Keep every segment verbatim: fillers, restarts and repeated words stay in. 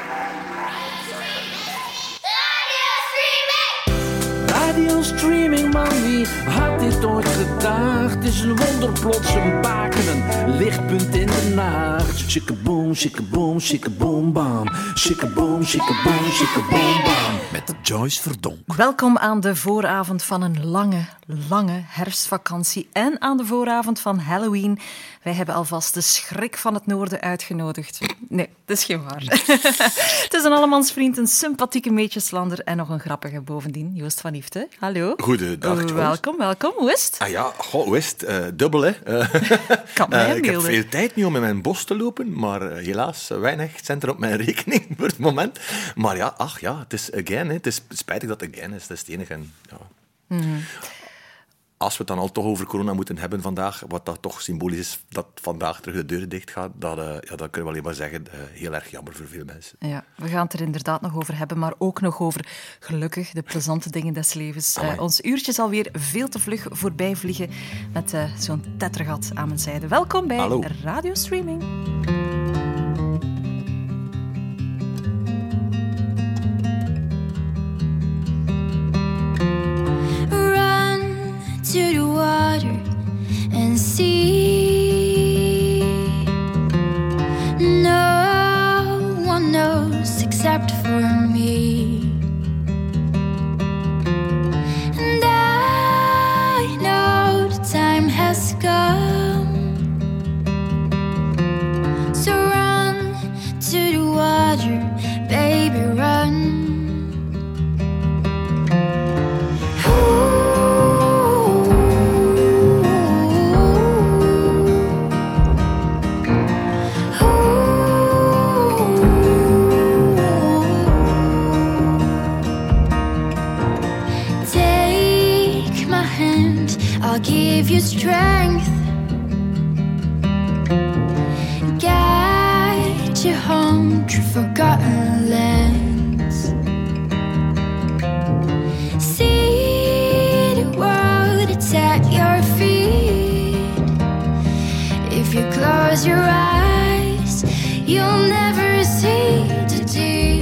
Radio streaming, man, wie had dit ooit gedacht? Het is een wonder, plots een baken, een lichtpunt in de nacht. Shikkaboom, shikkaboom, shikkaboom, bam. Shikkaboom, shikkaboom, shikkaboom, bam. Met Joyce Verdonk. Welkom aan de vooravond van een lange, lange herfstvakantie en aan de vooravond van Halloween. Wij hebben alvast de schrik van het noorden uitgenodigd. Nee, dat is geen waar. Het is een allemansvriend, een sympathieke meetjeslander en nog een grappige bovendien. Joost van Ifte, hallo. Goedendag, Joyce. Welkom, welkom. Hoe is het? Ah ja, goh, hoe is het? Uh, dubbel, hè. Uh, kan mij uh, ik heb veel tijd nu om in mijn bos te lopen, maar uh, helaas weinig cent er op mijn rekening voor het moment. Maar ja, ach ja, het is again, hè. Het is spijtig dat het again is, dat is het enige. En, ja. Mm-hmm. Als we het dan al toch over corona moeten hebben vandaag, wat dat toch symbolisch is dat vandaag terug de deuren dicht gaat, dat, uh, ja, dat kunnen we alleen maar zeggen, uh, heel erg jammer voor veel mensen. Ja, we gaan het er inderdaad nog over hebben, maar ook nog over, gelukkig, de plezante dingen des levens. Uh, ons uurtje zal weer veel te vlug voorbij vliegen met uh, zo'n tettergat aan mijn zijde. Welkom bij Hallo. Radio Streaming. To the water and see. No one knows except for me. And I know the time has come. So run to the water, baby, run. I'll give you strength, guide you home to forgotten lands. See the world, it's at your feet. If you close your eyes, you'll never see the deep.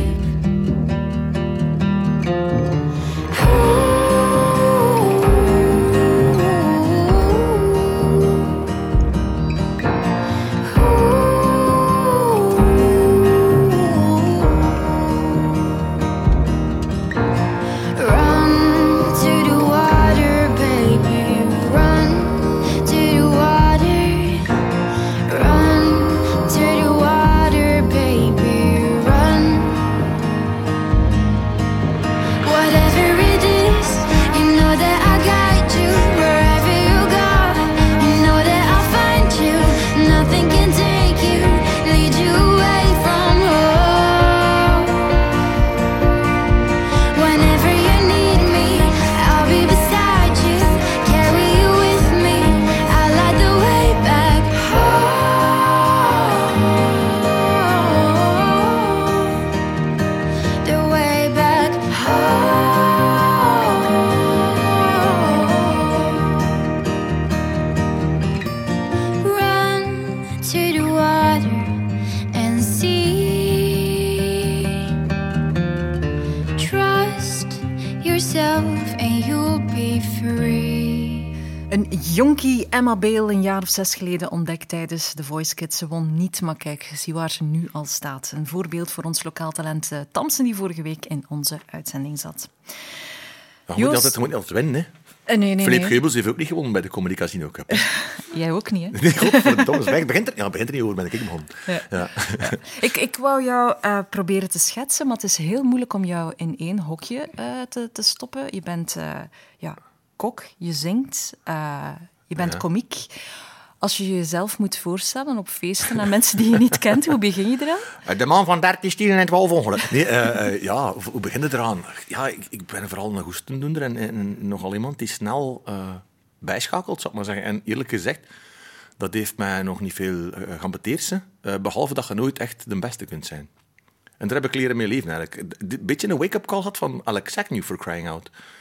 Jonkie Emma Bale een jaar of zes geleden ontdekt tijdens The Voice Kids. Ze won niet, maar kijk, zie waar ze nu al staat. Een voorbeeld voor ons lokaal talent uh, Tamsen, die vorige week in onze uitzending zat. Ja, je, moet altijd, je moet niet altijd winnen, hè. Uh, nee, nee, Philippe nee. Geubels heeft ook niet gewonnen bij de Comedy Casino Cup. Jij ook niet, hè? Nee, godverdomme. Het begint er, ja, begint er niet over, ben ik begonnen. Ja. Ja. Ja. Ik, ik wou jou uh, proberen te schetsen, maar het is heel moeilijk om jou in één hokje uh, te, te stoppen. Je bent uh, ja, kok, je zingt, uh, je bent Ja. komiek. Als je jezelf moet voorstellen op feesten en mensen die je niet kent, hoe begin je eraan? De man van dertien stielen en twaalf ongeluk. Nee, uh, uh, ja, hoe begin je eraan? Ja, ik, ik ben vooral een goestendoender en, en nogal iemand die snel uh, bijschakelt, zou ik maar zeggen. En eerlijk gezegd, dat heeft mij nog niet veel uh, gaan beteersen, uh, behalve dat je nooit echt de beste kunt zijn. En daar heb ik leren mee leven, eigenlijk. Een beetje een wake-up call had van Alex Agnew, for crying out.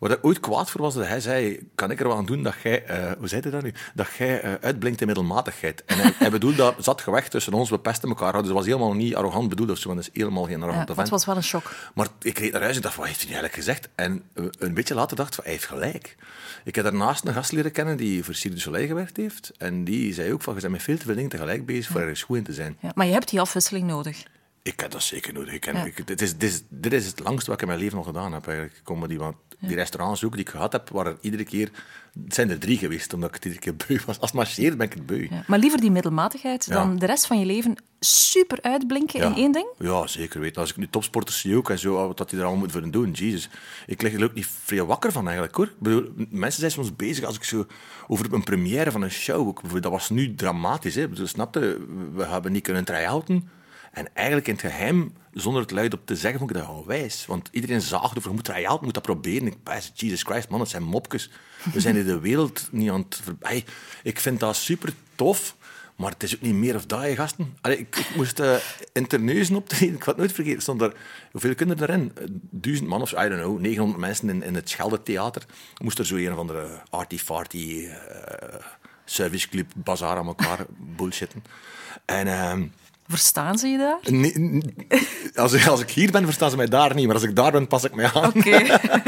Waar ik ooit kwaad voor was, dat hij zei, kan ik er wel aan doen dat jij, uh, hoe zei hij dat nu, dat jij uh, uitblinkt in middelmatigheid. En hij, hij bedoelde dat, zat gewicht tussen ons, we pesten elkaar. Dus het was helemaal niet arrogant bedoeld of zo, want dat is helemaal geen arrogante ja, vent. Het was wel een shock. Maar ik reed naar huis en dacht, wat heeft hij nu eigenlijk gezegd? En een beetje later dacht ik, hij heeft gelijk. Ik heb daarnaast een gast leren kennen die voor Cirque du Soleil gewerkt heeft. En die zei ook van, je bent met veel te veel dingen tegelijk bezig voor ergens goed in te zijn. Ja, maar je hebt die afwisseling nodig. Ik heb dat zeker nodig. Ik ken, Ja. ik, dit, is, dit, is, dit is het langste wat ik in mijn leven al gedaan heb. Eigenlijk. Comedy, want die ja. restaurants ook die ik gehad heb, waren iedere keer... Het zijn er drie geweest, omdat ik het iedere keer beu was. Als het marcheert, ben ik het beu. Ja, maar liever die middelmatigheid ja. dan de rest van je leven super uitblinken ja. in één ding? Ja, zeker. Weet. Als ik nu topsporters zie ook en zo, wat die er allemaal moeten voor doen, jezus. Ik lig er ook niet vrij wakker van eigenlijk, hoor. Ik bedoel, mensen zijn soms bezig als ik zo over een première van een show. Ook, dat was nu dramatisch, hè. Ik bedoel, snapte, we hebben niet kunnen try-outen. En eigenlijk in het geheim, zonder het luid op te zeggen, vond ik dat gewoon wijs. Want iedereen zaagt over, je moet try-out, je moet dat proberen. Ik zei, Jesus Christ, man, dat zijn mopjes. We zijn in de wereld niet aan het... Ver... Hey, ik vind dat super tof, maar het is ook niet meer of dat, je gasten. Allee, ik, ik moest uh, in Terneuzen optreden, ik had het nooit vergeten. Stond er, hoeveel kunnen erin? Duizend man of zo, I don't know, negenhonderd mensen in, in het Scheldetheater. Moest er zo een of andere arty-farty uh, serviceclub, bazaar aan elkaar bullshitten. En... Uh, Verstaan ze je daar? Nee, als, ik, als ik hier ben, verstaan ze mij daar niet. Maar als ik daar ben, pas ik mij aan. Okay.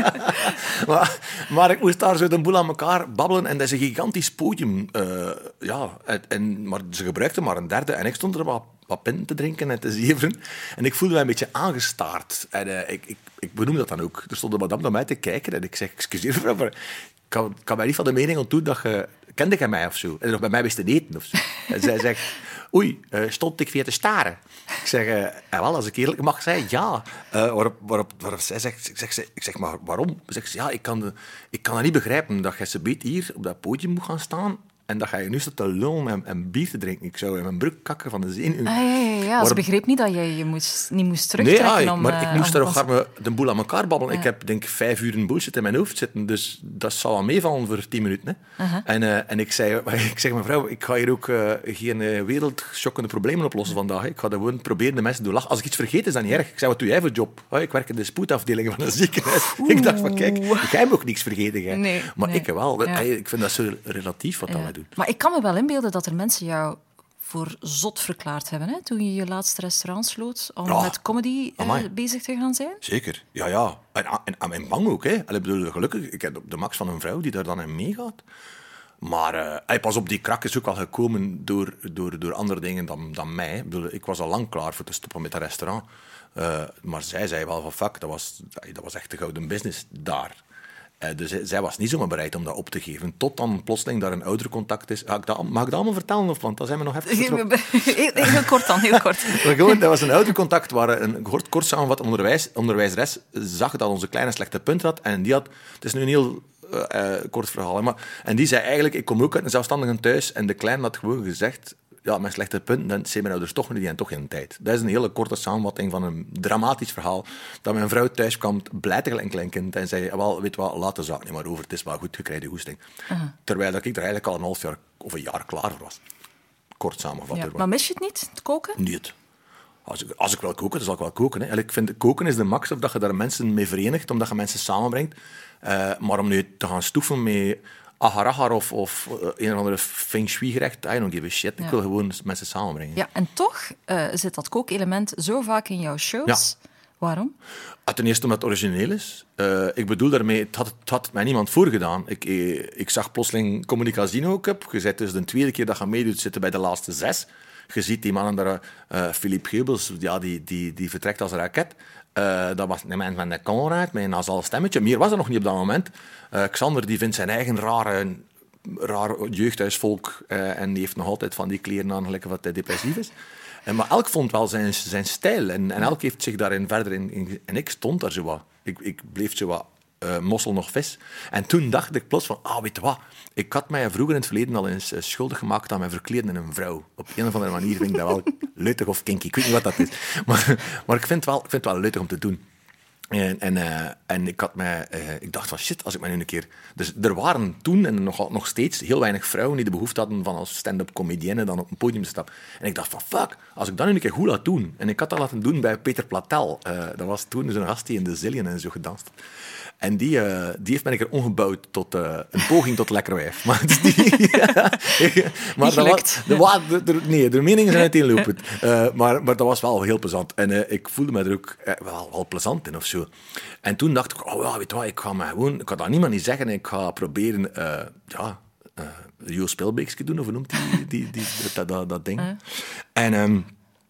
maar, maar ik moest daar zo de boel aan elkaar babbelen. En dat is een gigantisch podium. Uh, ja, en, maar ze gebruikten maar een derde. En ik stond er wat, wat pinten te drinken en te zeveren. En ik voelde mij een beetje aangestaard. En uh, ik, ik, ik benoem dat dan ook. Er stond een madame naar mij te kijken. En ik zeg, excuseer mevrouw, maar ik kan, kan mij niet van de mening ontdoen dat je... Kende jij mij of zo? En nog bij mij wist te eten of zo. En zij zegt... Oei, uh, stond ik weer te staren? Ik zeg, uh, en wel, als ik eerlijk mag zijn, ja. Uh, waarop, waarop, waarop zij zegt, ik zeg, ik zeg, maar waarom? Zegt ze, ja, ik kan, de, ik kan dat niet begrijpen dat je ze hier op dat podium moet gaan staan en dat ga je nu staat te lullen en, en bier te drinken. Ik zou in mijn broek kakken van de zenuw. Ah, ja, ja, ja. Waarop... Ze begreep niet dat je je moest, niet moest terugtrekken. Nee, ja, om, maar uh, ik moest er om... nog de boel aan elkaar babbelen. Ja. Ik heb denk vijf uur een bullshit in mijn hoofd zitten, dus dat zal wel meevallen voor tien minuten. Hè. Uh-huh. En, uh, en ik zei, ik zeg, mevrouw, ik ga hier ook uh, geen uh, wereldschokkende problemen oplossen vandaag. Hè. Ik ga gewoon proberen de mensen te doen lachen. Als ik iets vergeet, is dat niet erg. Ik zei, wat doe jij voor job? Oh, ik werk in de spoedafdeling van een ziekenhuis. Oeh. Ik dacht van, kijk, jij hebt ook niks vergeten. Jij. Nee, maar nee. ik wel. Ja. Ik vind dat zo relatief wat ja. dat wij doen. Maar ik kan me wel inbeelden dat er mensen jou voor zot verklaard hebben, hè, toen je je laatste restaurant sloot om ja. met comedy uh, bezig te gaan zijn. Zeker, ja, ja. En, en, en mijn bang ook, hè. Allee, bedoel, gelukkig, ik heb de max van een vrouw die daar dan in meegaat. Maar uh, hey, pas op, die krak is ook wel gekomen door, door, door andere dingen dan, dan mij. Ik, bedoel, ik was al lang klaar voor te stoppen met dat restaurant. Uh, maar zij zei wel van, fuck, dat was, dat was echt de gouden business daar. Uh, dus zij was niet zomaar bereid om dat op te geven. Tot dan plotseling daar een oudercontact is. Mag ik dat, mag ik dat allemaal vertellen? Of, want dan zijn we nog even vertrokken. heel, heel kort dan, heel kort. Maar gewoon, dat was een oudercontact waar een kort, kort samenvat onderwijs, onderwijzeres zag dat onze kleine slechte punt had. En die had... Het is nu een heel uh, uh, kort verhaal. Hè, maar, en die zei eigenlijk, ik kom ook uit een zelfstandige thuis. En de kleine had gewoon gezegd... Ja, mijn slechte punten, dan zijn mijn ouders toch niet, die hebben toch geen tijd. Dat is een hele korte samenvatting van een dramatisch verhaal. Dat mijn vrouw thuis kwam, blij tegen een klein kind, en zei, wel, weet wat, laat de zaak niet maar over, het is wel goed, je krijgt de goesting. Uh-huh. Terwijl dat ik er eigenlijk al een half jaar of een jaar klaar voor was. Kort samenvat. Ja, maar mis je het niet, het koken? Niet. Als ik, als ik wil koken, dan zal ik wel koken. Hè. Ik vind, koken is de max, of dat je daar mensen mee verenigt, omdat je mensen samenbrengt. Uh, maar om nu te gaan stoeven met... agar-agar of, of uh, een of andere feng shui gerecht. I don't give a shit. Ja. Ik wil gewoon mensen samenbrengen. Ja, en toch uh, zit dat kookelement zo vaak in jouw shows. Ja. Waarom? Ah, ten eerste omdat het origineel is. Uh, ik bedoel daarmee, het had, het had mij niemand voorgedaan. Ik, ik, ik zag plotseling Comedy Casino Cup. Je zit dus de tweede keer dat je meedoet zitten bij de laatste zes. Je ziet die mannen daar, uh, Philippe Geubels, ja, die, die, die vertrekt als een raket. Uh, dat was een man van de Conrad, met een nasal stemmetje. Meer was er nog niet op dat moment. Uh, Xander die vindt zijn eigen rare, raar jeugdhuisvolk uh, en die heeft nog altijd van die kleren aan, gelijk wat hij depressief is. Uh, maar elk vond wel zijn, zijn stijl en, en elk heeft zich daarin verder in, in... En ik stond daar zo wat. Ik, ik bleef zo wat uh, mossel nog vis. En toen dacht ik plots van, ah, weet je wat? Ik had mij vroeger in het verleden al eens uh, schuldig gemaakt aan mij verkleden in een vrouw. Op een of andere manier vind ik dat wel leutig of kinky. Ik weet niet wat dat is. Maar, maar ik vind het wel, ik vind het wel leutig om te doen. En, en, uh, en ik, had mij, uh, ik dacht van shit, als ik mij nu een keer... Dus er waren toen en nog, nog steeds heel weinig vrouwen die de behoefte hadden van als stand-up comedienne dan op een podium te stappen. En ik dacht van fuck, als ik dat nu een keer goed laat doen. En ik had dat laten doen bij Peter Platel. Uh, dat was toen zo'n gast die in de Zillion en zo gedanst. En die, uh, die heeft mij een keer omgebouwd tot uh, een poging tot lekker wijf. Maar, die, maar dat was, de, de, de, nee, de meningen zijn uiteenlopend. Uh, maar, maar dat was wel heel plezant. En uh, ik voelde me er ook uh, wel, wel plezant in of zo. En toen dacht ik, oh ja, weet je wat, ik ga me gewoon... Ik ga dat niemand niet zeggen. Ik ga proberen... Uh, ja, uh, Jo Spelbeekske doen, of hoe noemt die, die, die, dat, dat, dat ding? Uh. En... Um,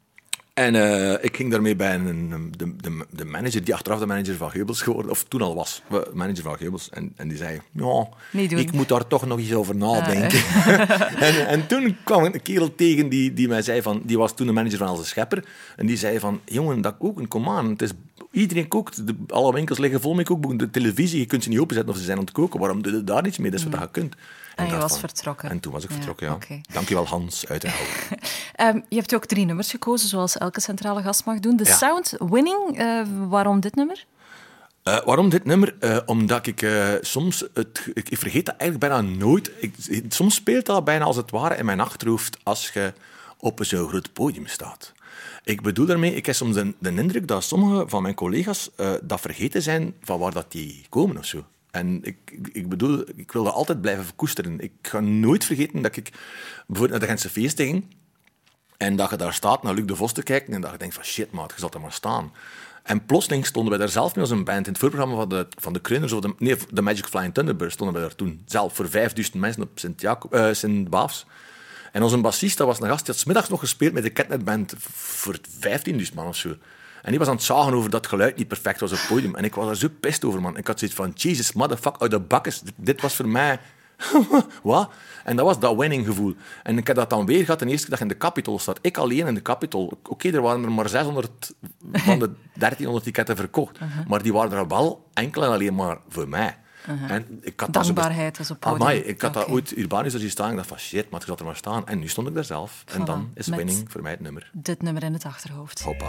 En uh, ik ging daarmee bij een, de, de, de manager, die achteraf de manager van Geubels geworden, of toen al was, manager van Geubels. En, en die zei, ja, ik moet daar toch nog eens over nadenken. Ah, en, en toen kwam ik een kerel tegen die, die mij zei, van, die was toen de manager van Else Schepper. En die zei van, jongen, dat koken, kom aan. Het is, iedereen kookt, de, alle winkels liggen vol met kookboeken. De televisie, je kunt ze niet openzetten of ze zijn aan het koken. Waarom doe je daar niets mee? Dat is wat je kunt. En, en je was van, vertrokken. En toen was ik ja, vertrokken, ja. Okay. Dankjewel Hans, uit de hel. um, je hebt ook drie nummers gekozen, zoals elke centrale gast mag doen. The ja. Sound, Winning, uh, waarom dit nummer? Uh, waarom dit nummer? Uh, omdat ik uh, soms... Het, ik, ik vergeet dat eigenlijk bijna nooit. Ik, soms speelt dat bijna als het ware in mijn achterhoofd als je op zo'n groot podium staat. Ik bedoel daarmee, ik heb soms de, de indruk dat sommige van mijn collega's uh, dat vergeten zijn van waar dat die komen of zo. En ik, ik bedoel, ik wil dat altijd blijven koesteren. Ik ga nooit vergeten dat ik bijvoorbeeld naar de Gentse feesten ging en dat je daar staat naar Luc de Vos te kijken en dat je denkt van shit, maat, je zat er maar staan. En plotseling stonden wij daar zelf mee als een band in het voorprogramma van de, van de Kreuners, of de, nee, de Magic Flying Thunderbirds stonden wij daar toen. Zelf voor vijfduizend mensen op Sint-Baafs. Uh, en onze bassist, dat was een gast, die had 's middags nog gespeeld met de Catnet Band voor vijftienduizend man of zo. En die was aan het zagen over dat geluid niet perfect was op het podium. En ik was daar zo pist over, man. Ik had zoiets van, Jesus, motherfucker, uit de bakkes. Dit, dit was voor mij... Wat? En dat was dat winning gevoel. En ik heb dat dan weer gehad de eerste dag in de Capitol staat. Ik alleen in de Capitol. Oké, okay, er waren er maar zeshonderd van de dertienhonderd ticketten verkocht. Uh-huh. Maar die waren er wel enkel en alleen maar voor mij. Uh-huh. En ik had dankbaarheid als op podium. Amai, ik had okay. dat ooit Urbanisch zien staan. Ik dacht van shit, maar ik zat er maar staan. En nu stond ik daar zelf. Voilà. En dan is Met winning voor mij het nummer. Dit nummer in het achterhoofd. Hoppa.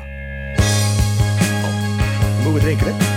Mogen we drinken, hè?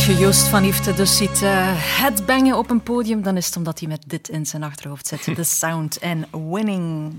je Joost van Ifte dus ziet uh, headbangen op een podium, dan is het omdat hij met dit in zijn achterhoofd zit. The Sound and Winning.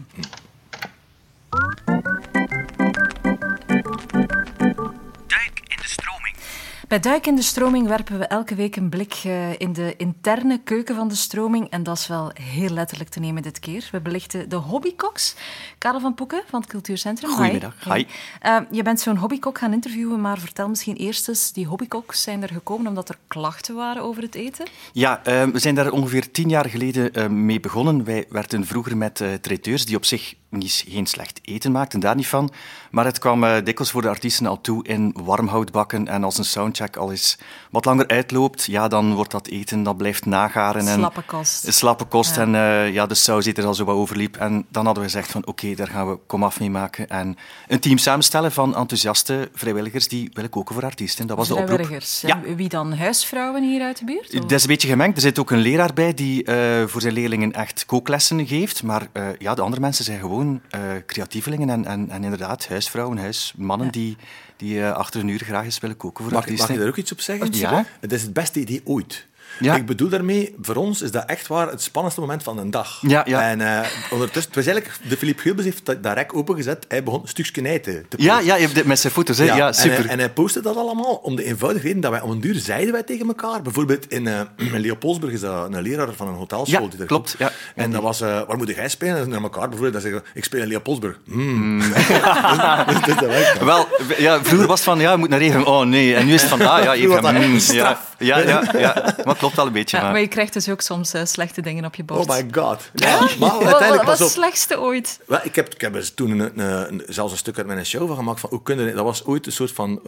Duik in de stroming. Bij Duik in de Stroming werpen we elke week een blik uh, in de interne keuken van de stroming. En dat is wel heel letterlijk te nemen dit keer. We belichten de hobbykoks. Karel van Poeken van het Cultuurcentrum. Goedemiddag. Hi. Hi. Uh, je bent zo'n hobbykok gaan interviewen, maar vertel misschien eerst eens, die hobbykoks zijn er gekomen omdat er klachten waren over het eten? Ja, uh, we zijn daar ongeveer tien jaar geleden uh, mee begonnen. Wij werkten vroeger met uh, traiteurs die op zich niet, geen slecht eten maakten, daar niet van. Maar het kwam uh, dikwijls voor de artiesten al toe in warmhoutbakken. En als een soundcheck al eens wat langer uitloopt, ja, dan wordt dat eten, dat blijft nagaren. En slappe kost. Slappe kost Ja. en uh, ja, de saus er al zo wat overliep. En dan hadden we gezegd van oké, okay, daar gaan we komaf mee maken. En een team samenstellen van enthousiaste vrijwilligers die willen koken voor artiesten. Dat was de oproep. Vrijwilligers. Ja. Wie dan? Huisvrouwen hier uit de buurt? Of? Dat is een beetje gemengd. Er zit ook een leraar bij die uh, voor zijn leerlingen echt kooklessen geeft. Maar uh, ja, de andere mensen zijn gewoon uh, creatievelingen en, en, en inderdaad huisvrouwen, huismannen Ja. die, die uh, achter een uur graag eens willen koken voor Mag, artiesten. mag je daar ook iets op zeggen? Ja. Het is het beste idee ooit. Ja. Ik bedoel daarmee, voor ons is dat echt waar het spannendste moment van een dag. Ja, ja. En uh, ondertussen, het was eigenlijk, de Philippe Geubels heeft dat, dat rek opengezet. Hij begon een stukje knijten te Ja, posten. ja, je hebt dit met zijn foto's. Hè? Ja, Ja, super. En hij, en hij postte dat allemaal om de eenvoudige reden dat wij om een duur zeiden wij tegen elkaar. Bijvoorbeeld in, uh, in Leopoldsburg is dat een leraar van een hotelschool. Ja, die er klopt, komt. ja. En dat was, uh, waar moet jij spelen? En naar elkaar bijvoorbeeld, dan zeggen ik speel in Leopoldsburg. Mm. dus, dus dat werkt dan. Wel, ja, vroeger was het van, ja, je moet naar even. Oh nee, en nu is het van, ah ja, je Vroeger gaat was dat mm, straf. ja, ja, ja, ja, maar klopt wel een beetje. Ja, maar. maar je krijgt dus ook soms uh, slechte dingen op je bord. Oh my god. Ja? Maar Wat uiteindelijk, was pas het op. slechtste ooit? Wel, ik heb, ik heb er toen een, een, een, zelfs een stuk uit mijn show van gemaakt. Van, hoe kun je, dat was ooit een soort van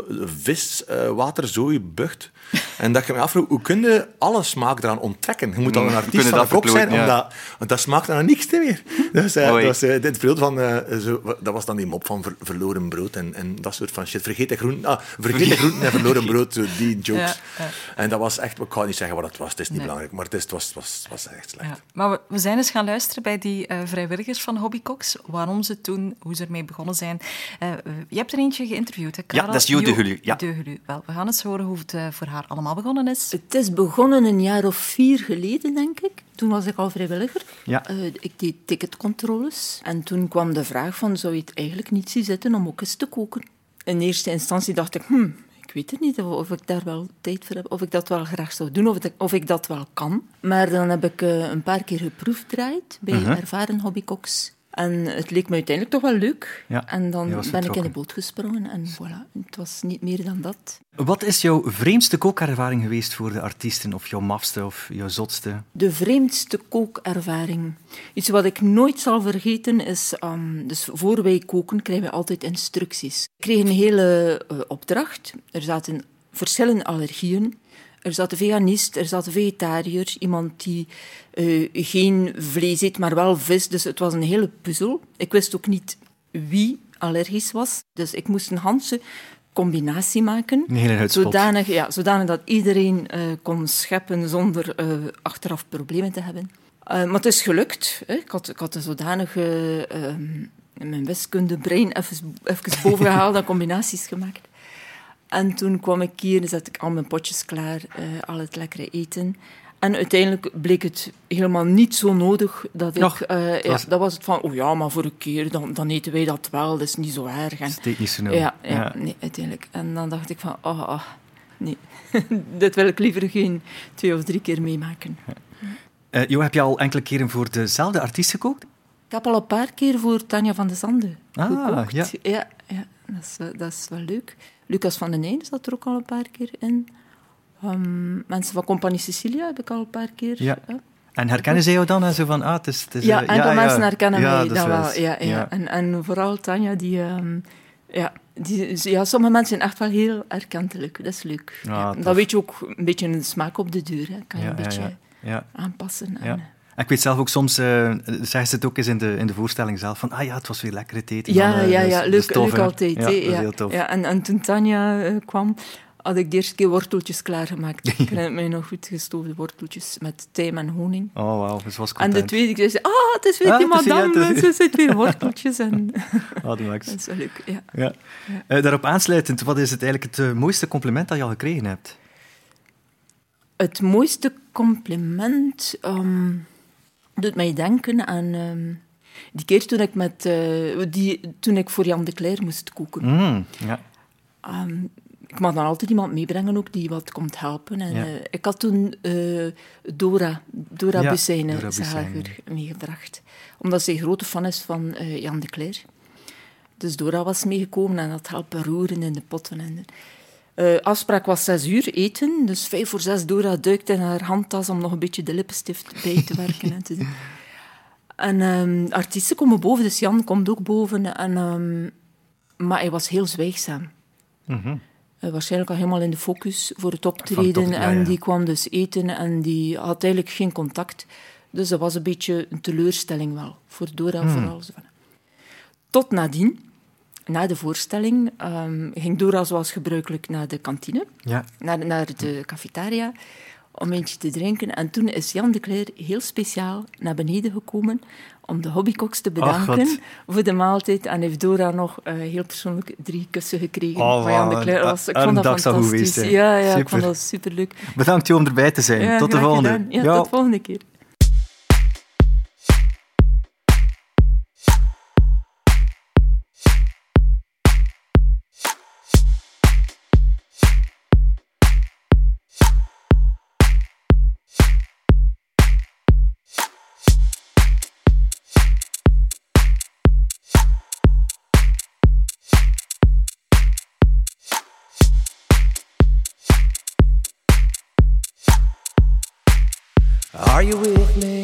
vis-waterzooi-bucht. En dat je me afvroeg, hoe kun je alle smaak eraan onttrekken? Je moet dan een Hoe artiest kun je van dat de kok zijn, verklooien, ja. omdat, want dat smaakt dan aan niks meer. Dus, uh, dat Oei. was uh, dit periode van... Uh, zo, dat was dan die mop van ver, verloren brood en, en dat soort van shit. Vergeten groenten, ah, vergeten groenten en verloren brood, zo die jokes. Ja, ja. En dat was echt... Ik kan niet zeggen wat het was, het is niet Nee. belangrijk. Maar het, is, het, was, het, was, het was echt slecht. Ja. Maar we, we zijn eens gaan luisteren bij die uh, vrijwilligers van Hobbykoks, waarom ze toen, hoe ze ermee begonnen zijn. Uh, je hebt er eentje geïnterviewd, hè, Karel? Ja, dat is Jo de Hulu, ja. De Hulu. Wel, we gaan eens horen hoe het uh, voor haar allemaal begonnen is. Het is begonnen een jaar of vier geleden, denk ik. Toen was ik al vrijwilliger. Ja. Uh, ik deed ticketcontroles. En toen kwam de vraag van, zou je het eigenlijk niet zien zitten om ook eens te koken? In eerste instantie dacht ik, hm, ik weet het niet of ik daar wel tijd voor heb, of ik dat wel graag zou doen, of, het, of ik dat wel kan. Maar dan heb ik uh, een paar keer geproefdraaid bij Uh-huh. ervaren hobbykoks. En het leek me uiteindelijk toch wel leuk. Ja, En dan je was ben ik in vertrokken. de boot gesprongen en voilà, het was niet meer dan dat. Wat is jouw vreemdste kookervaring geweest voor de artiesten? Of jouw mafste of jouw zotste? De vreemdste kookervaring. Iets wat ik nooit zal vergeten is... Um, dus voor wij koken krijgen we altijd instructies. Ik kreeg een hele uh, opdracht. Er zaten verschillende allergieën. Er zat een veganist, er zat een vegetariër, iemand die uh, geen vlees eet, maar wel vis. Dus het was een hele puzzel. Ik wist ook niet wie allergisch was. Dus ik moest een handse combinatie maken. Een hele uitspot. Zodanig, ja, zodanig dat iedereen uh, kon scheppen zonder uh, achteraf problemen te hebben. Uh, maar het is gelukt. Hè. Ik, had, ik had een zodanige... Uh, mijn wiskundebrein even, even boven gehaald en combinaties gemaakt. En toen kwam ik hier en zette ik al mijn potjes klaar, uh, al het lekkere eten. En uiteindelijk bleek het helemaal niet zo nodig dat ik... Och, Uh, ja, was- dat was het van, oh ja, maar voor een keer, dan, dan eten wij dat wel, dat is niet zo erg. En, Het deed niet zo nodig. ja, ja, nee, uiteindelijk. En dan dacht ik van, oh, oh nee, dit wil ik liever geen twee of drie keer meemaken. Uh, Jo, heb je al enkele keren voor dezelfde artiest gekookt? Ik heb al een paar keer voor Tanja van de Zande Ah, gekookt. ja. Ja, ja dat, is, wel- dat is wel leuk. Lucas van den Eijn zat er ook al een paar keer in. Um, mensen van Compagnie Cecilia heb ik al een paar keer. Ja. hè. En herkennen zij jou dan? En zo van, ah, het is... Het is Ja, eh, enkel mensen herkennen ja, mij dat dan is wel. Ja, ja. ja. En, en vooral Tanja, die... Um, ja, die, ja, sommige mensen zijn echt wel heel erkentelijk. Dat is leuk. Ah, Ja. tof. Dan weet je ook een beetje een smaak op de deur. Hè. Kan je Ja, een ja, beetje ja. Ja. aanpassen. Ja. En, En ik weet zelf ook soms, uh, zeggen ze het ook eens in de, in de voorstelling zelf, van ah ja, het was weer lekker het eten. Ja, van, uh, ja, dat is- ja, dat is leuk, tof, leuk hè. altijd. Ja, hè. dat is Ja, heel tof. ja, en, en toen Tanja uh, kwam, had ik de eerste keer worteltjes klaargemaakt. Ik herinner mij nog goed, gestoofde worteltjes met tijm en honing. Oh, wauw, dus was En content. de tweede keer zei ze, ah, het is weer Ah, die het is- ja, madame, het is- ze zit weer worteltjes. En... Ah, de max. dat is wel leuk, ja. Ja. Uh, daarop aansluitend, wat is het eigenlijk het uh, mooiste compliment dat je al gekregen hebt? Het mooiste compliment um, doet mij denken aan um, die keer toen ik, met, uh, die, toen ik voor Jan de Cler moest koken. Mm, ja. Um, ik mag dan altijd iemand meebrengen ook die wat komt helpen. En, Ja. uh, ik had toen uh, Dora, Dora Ja, Bussijne Dora Bussijne. Zager meegebracht. Omdat zij grote fan is van uh, Jan de Cler. Dus Dora was meegekomen en had helpen roeren in de potten. En, uh, afspraak was zes uur eten. Dus vijf voor zes Dora duikt in haar handtas om nog een beetje de lippenstift bij te werken. En te doen. En um, artiesten komen boven, dus Jan komt ook boven. En, um, maar hij was heel zwijgzaam. Mm-hmm. Uh, waarschijnlijk al helemaal in de focus voor het Van optreden. het op- ja, en ja. die kwam dus eten en die had eigenlijk geen contact. Dus dat was een beetje een teleurstelling wel. Voor Dora Hmm. vooral. Zo van. Tot nadien, na de voorstelling, um, ging Dora zoals gebruikelijk naar de kantine. Ja. Naar, naar de cafetaria om eentje te drinken. En toen is Jan de Cler heel speciaal naar beneden gekomen om de hobbykoks te Ach, bedanken wat. voor de maaltijd. En heeft Dora nog uh, heel persoonlijk drie kussen gekregen Oh, van Jan de wauw. Cler. Dat was- Ik Een vond dat dag zal goed fantastisch. geweest zijn. Ja, ja, ik Super. vond dat superleuk. Bedankt je om erbij te zijn. Ja, Tot de graag volgende. gedaan. Ja, Ja. tot de volgende keer. Are you with me?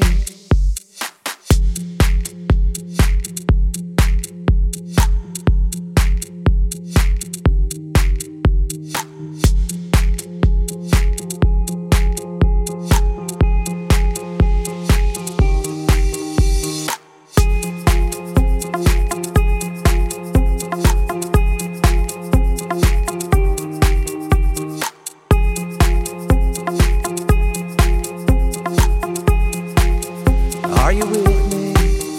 Are you with me?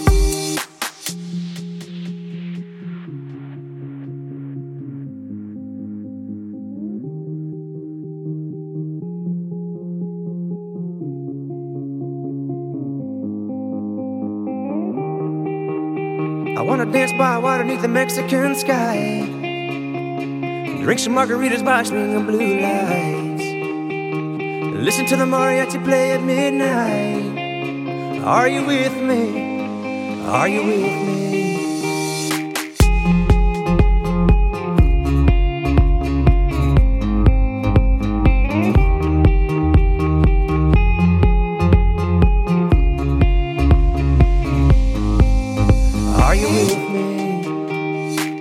I wanna dance by water beneath the Mexican sky. Drink some margaritas by swinging blue lights. Listen to the mariachi play at midnight. Are you with me? Are you with me? Are you with me?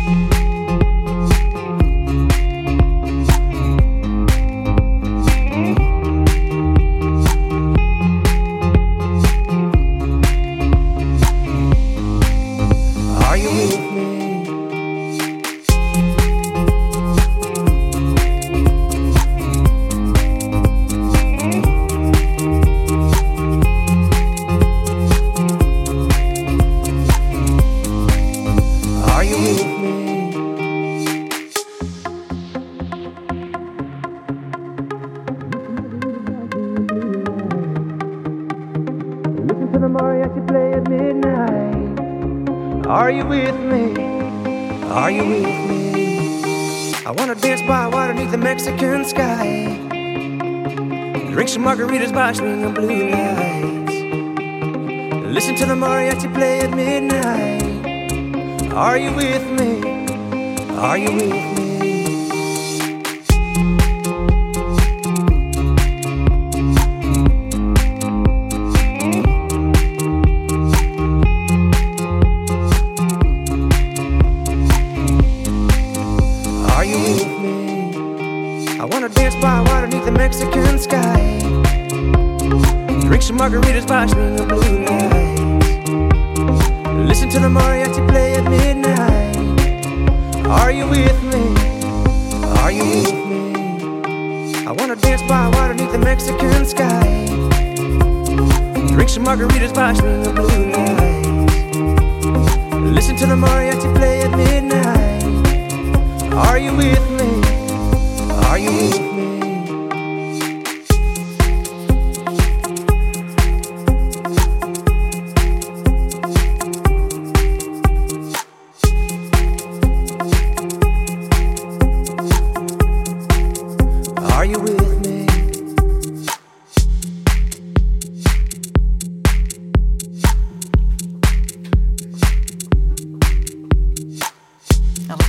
Are you with me? Are you with me? Listen to the mariachi play at midnight. Are you with me? Are you with me? I wanna dance by water beneath the Mexican sky. Drink some margaritas by swinging blue lights. Listen to the mariachi play at midnight. Are you with me? Are you with me? Are you with me? I wanna dance by water beneath the Mexican sky. Drink some margaritas by swinging blue lights. Listen to the mariachi play at midnight. Are you with me? Are you with me? I wanna dance by water beneath the Mexican sky. Drink some margaritas by swinging blue lights. Listen to the mariachi play at midnight. Are you with me? Are you with me?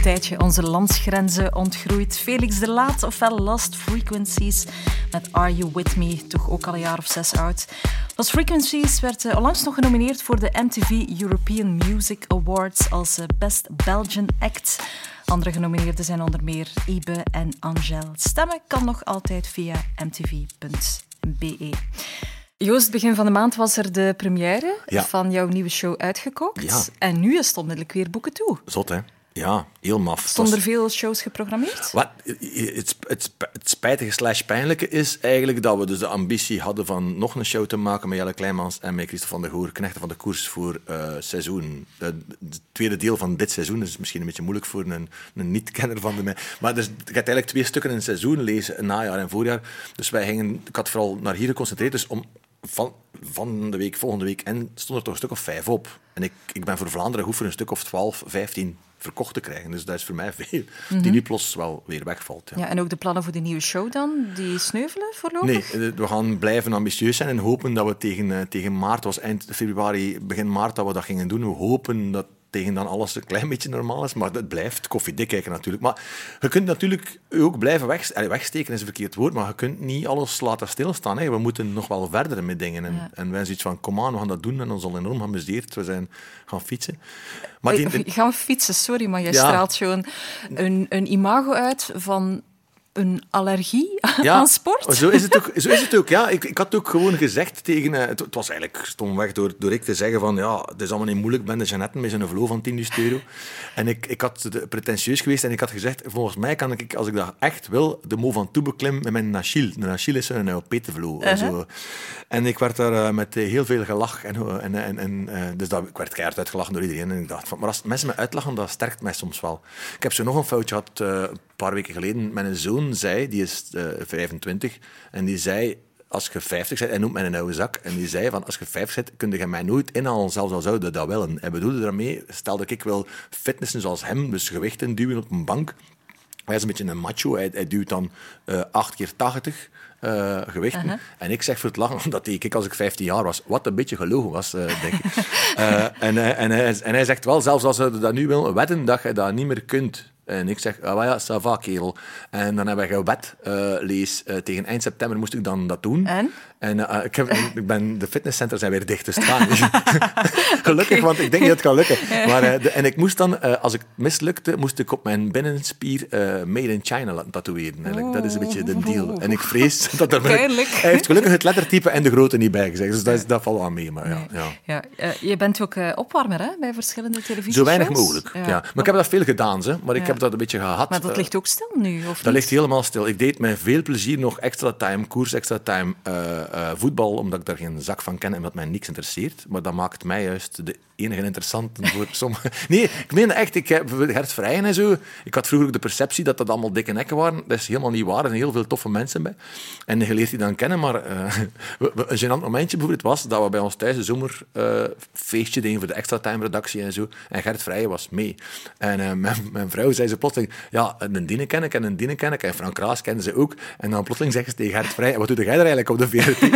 tijdje onze landsgrenzen ontgroeid. Felix de Laat, ofwel Lost Frequencies, met Are You With Me, toch ook al een jaar of zes oud. Lost Frequencies werd uh, onlangs nog genomineerd voor de M T V European Music Awards als uh, Best Belgian Act. Andere genomineerden zijn onder meer Ibe en Angèle. Stemmen kan nog altijd via m t v punt b e. Joost, begin van de maand was er de première ja. van jouw nieuwe show uitgekookt. Ja. En nu is het onmiddellijk weer boeken toe. Zot, hè? Ja, heel maf. Stonden er veel shows geprogrammeerd? Wat, het, het, het spijtige slash pijnlijke is eigenlijk dat we dus de ambitie hadden van nog een show te maken met Jelle Kleimans en met Christophe van der Goor, knechten van de koers voor uh, seizoen. Het tweede deel van dit seizoen is misschien een beetje moeilijk voor een, een niet-kenner van de mij. Maar dus, je hebt eigenlijk twee stukken in een seizoen lezen, een najaar en voorjaar. Dus wij gingen, ik had vooral naar hier geconcentreerd, dus om van, van de week, volgende week, en stond er toch een stuk of vijf op. En ik, ik ben voor Vlaanderen goed voor een stuk of twaalf, vijftien verkocht te krijgen. Dus dat is voor mij veel. Mm-hmm. Die nu plots wel weer wegvalt. Ja. Ja, en ook de plannen voor de nieuwe show dan? Die sneuvelen voorlopig? Nee, we gaan blijven ambitieus zijn en hopen dat we tegen, tegen maart, was eind februari, begin maart, dat we dat gingen doen. We hopen dat tegen dan alles een klein beetje normaal is, maar het blijft koffiedik kijken natuurlijk. Maar je kunt natuurlijk ook blijven weg, allez, wegsteken, is een verkeerd woord, maar je kunt niet alles laten stilstaan. Hè. We moeten nog wel verder met dingen. En, ja. en wij zijn zoiets van, kom aan, we gaan dat doen en ons al enorm geamuseerd. We zijn gaan fietsen. Maar die, die... Gaan we fietsen, sorry, maar jij ja. straalt zo'n een, een imago uit van een allergie ja, aan sport. Zo is het ook. Zo is het ook ja. ik, ik had ook gewoon gezegd tegen... Uh, het, het was eigenlijk stomweg door, door ik te zeggen van ja, het is allemaal niet moeilijk, ben de Jeannette met zijn vlo van tienduizend euro. En ik, ik had de, pretentieus geweest en ik had gezegd, volgens mij kan ik, als ik dat echt wil, de Mont Ventoux beklimmen met mijn Achille. Een Achille is een Petervlo. Uh-huh. Zo. En ik werd daar uh, met uh, heel veel gelach. En, en, en, en, uh, dus dat, ik werd keihard uitgelachen door iedereen. En ik dacht, van, maar als mensen me uitlachen, dat sterkt mij soms wel. Ik heb zo nog een foutje gehad, uh, een paar weken geleden. Mijn zoon zei, die is uh, vijfentwintig, en die zei, als je vijftig bent, hij noemt mij een oude zak, en die zei van, als je vijftig bent, kun je mij nooit inhalen, zelfs al zou je dat willen. Hij bedoelde daarmee, stel dat ik wil fitnessen zoals hem, dus gewichten duwen op een bank. Hij is een beetje een macho, hij, hij duwt dan uh, acht keer tachtig uh, gewichten. Uh-huh. En ik zeg voor het lachen, omdat ik als ik vijftien jaar was, wat een beetje gelogen was, uh, denk ik. uh, en, uh, en, hij, en hij zegt wel, zelfs als we dat nu willen wedden, dat je dat niet meer kunt. En ik zeg, ah, ja, ça va, kerel. En dan hebben we gewed, uh, lees, uh, tegen eind september moest ik dan dat doen. En? En uh, ik, heb, ik ben, de fitnesscenters zijn weer dicht, dus het gaat niet. Gelukkig, okay. Want ik denk niet dat het kan lukken. Ja. Maar, uh, de, en ik moest dan, uh, als ik mislukte, moest ik op mijn binnenspier uh, Made in China laten tatoeëren. Oh. Dat is een beetje de deal. En ik vrees dat er... Hij heeft gelukkig het lettertype en de grootte niet bij gezegd. Dus dat, is, dat valt wel mee. Maar, ja, ja. Ja, uh, je bent ook uh, opwarmer hè, bij verschillende televisieshows. Zo weinig mogelijk, ja. ja. Maar ik heb dat veel gedaan, hè. Maar ik ja. heb dat een beetje gehad. Maar dat ligt ook stil nu, of niet? Dat ligt helemaal stil. Ik deed met veel plezier nog extra time, koers, extra time, uh, uh, voetbal, omdat ik daar geen zak van ken en dat mij niks interesseert. Maar dat maakt mij juist de enige interessante voor sommige... Nee, ik meen echt, ik heb Gert Vrijen en zo. Ik had vroeger ook de perceptie dat dat allemaal dikke nekken waren. Dat is helemaal niet waar. Er zijn heel veel toffe mensen bij. En je leert die dan kennen, maar uh, een gênant momentje bijvoorbeeld was dat we bij ons thuis een zomerfeestje uh, deden voor de extra time redactie en zo. En Gert Vrijen was mee. En uh, mijn, mijn vrouw zei ze plotseling, ja, een Dine ken ik en een Dine ken ik. En Frank Raas kenden ze ook. En dan plotseling zeggen ze tegen Gert Vrijen, wat doe jij er eigenlijk op de V R T?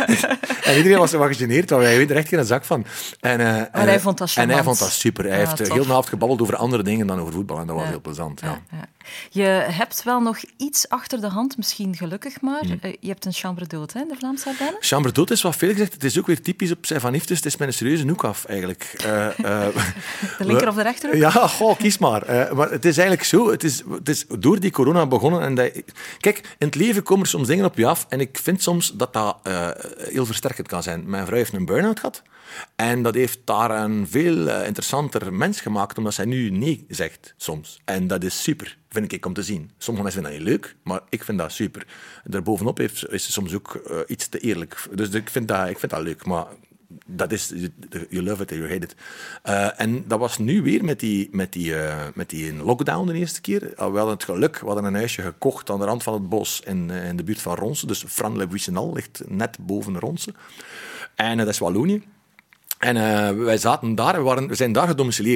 En iedereen was er wat gegeneerd, want wij weten er echt geen zak van. En, uh, en, en hij vond dat charmant. En hij vond dat super. Hij ja, heeft tof. heel naavond gebabbeld over andere dingen dan over voetbal. En dat was ja. heel plezant. Ja. Ja, ja. Je hebt wel nog iets achter de hand, misschien gelukkig maar. Mm. Uh, je hebt een chambre d'hôte, hè, de Vlaamse Ardennen? Chambre d'hôte is wat veel gezegd. Het is ook weer typisch op zijn van Iftus. Het is met een serieuze hoek af, eigenlijk. Uh, uh, de linker of de rechterhoek? Ja, goh, kies maar. Uh, maar het is eigenlijk zo. Het is, het is door die corona begonnen. En dat, kijk, in het leven komen er soms dingen op je af. En ik vind soms dat dat uh, heel versterkend kan zijn. Mijn vrouw heeft een burn-out gehad. En dat heeft daar een veel uh, interessanter mens gemaakt, omdat zij nu nee zegt, soms. En dat is super, vind ik, om te zien. Sommige mensen vinden dat niet leuk, maar ik vind dat super. Daarbovenop heeft, is ze soms ook uh, iets te eerlijk. Dus ik vind dat, ik vind dat leuk, maar... Dat is, you love it or you hate it. Uh, en dat was nu weer met die, met die, uh, met die lockdown de eerste keer. Uh, we hadden het geluk, we hadden een huisje gekocht aan de rand van het bos in, uh, in de buurt van Ronse. Dus Fran-le-Buissenal ligt net boven Ronse. En uh, dat is Wallonië. En uh, wij zaten daar, we, waren, we zijn daar gedomicileerd.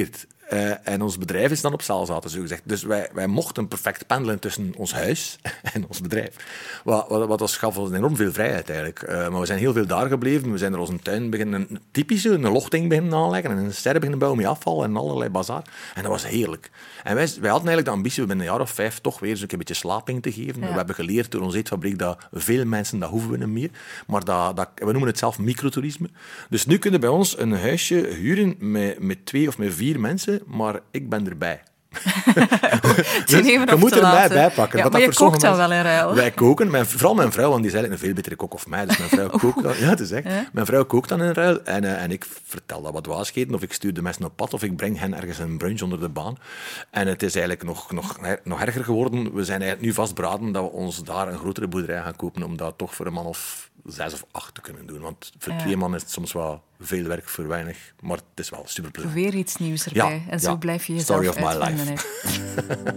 Uh, en ons bedrijf is dan op Zelzaten, zo gezegd. Dus wij, wij mochten perfect pendelen tussen ons huis en ons bedrijf. Wat, wat, wat ons gaf ons enorm veel vrijheid eigenlijk. Uh, maar we zijn heel veel daar gebleven. We zijn er onze tuin beginnen, typisch een lofting beginnen aanleggen en een ster beginnen bouwen met afval en allerlei bazaar. En dat was heerlijk. En wij, wij hadden eigenlijk de ambitie om binnen een jaar of vijf toch weer zo'n beetje slaping te geven. Ja. We hebben geleerd door onze eetfabriek dat veel mensen, dat hoeven we niet meer. Maar dat, dat, we noemen het zelf microtourisme. Dus nu kunnen bij ons een huisje huren met, met twee of met vier mensen, maar ik ben erbij. Dus je moet er mij bij pakken. Ja, wat maar dat je kookt dan wel in ruil. Wij koken, mijn, vooral mijn vrouw, want die is eigenlijk een veel betere kok of mij. Dus mijn vrouw kookt dan, ja, het is echt. Ja? Mijn vrouw kookt dan in ruil en, uh, en ik vertel dat wat dwaasheden, of ik stuur de mensen op pad, of ik breng hen ergens een brunch onder de baan. En het is eigenlijk nog, nog, nog erger geworden. We zijn eigenlijk nu vastberaden dat we ons daar een grotere boerderij gaan kopen, om dat toch voor een man of zes of acht te kunnen doen. Want voor ja. twee man is het soms wel veel werk voor weinig, maar het is wel super plezant. Weer iets nieuws erbij. Ja, en zo ja. blijf je jezelf Story of my uitvinden. life.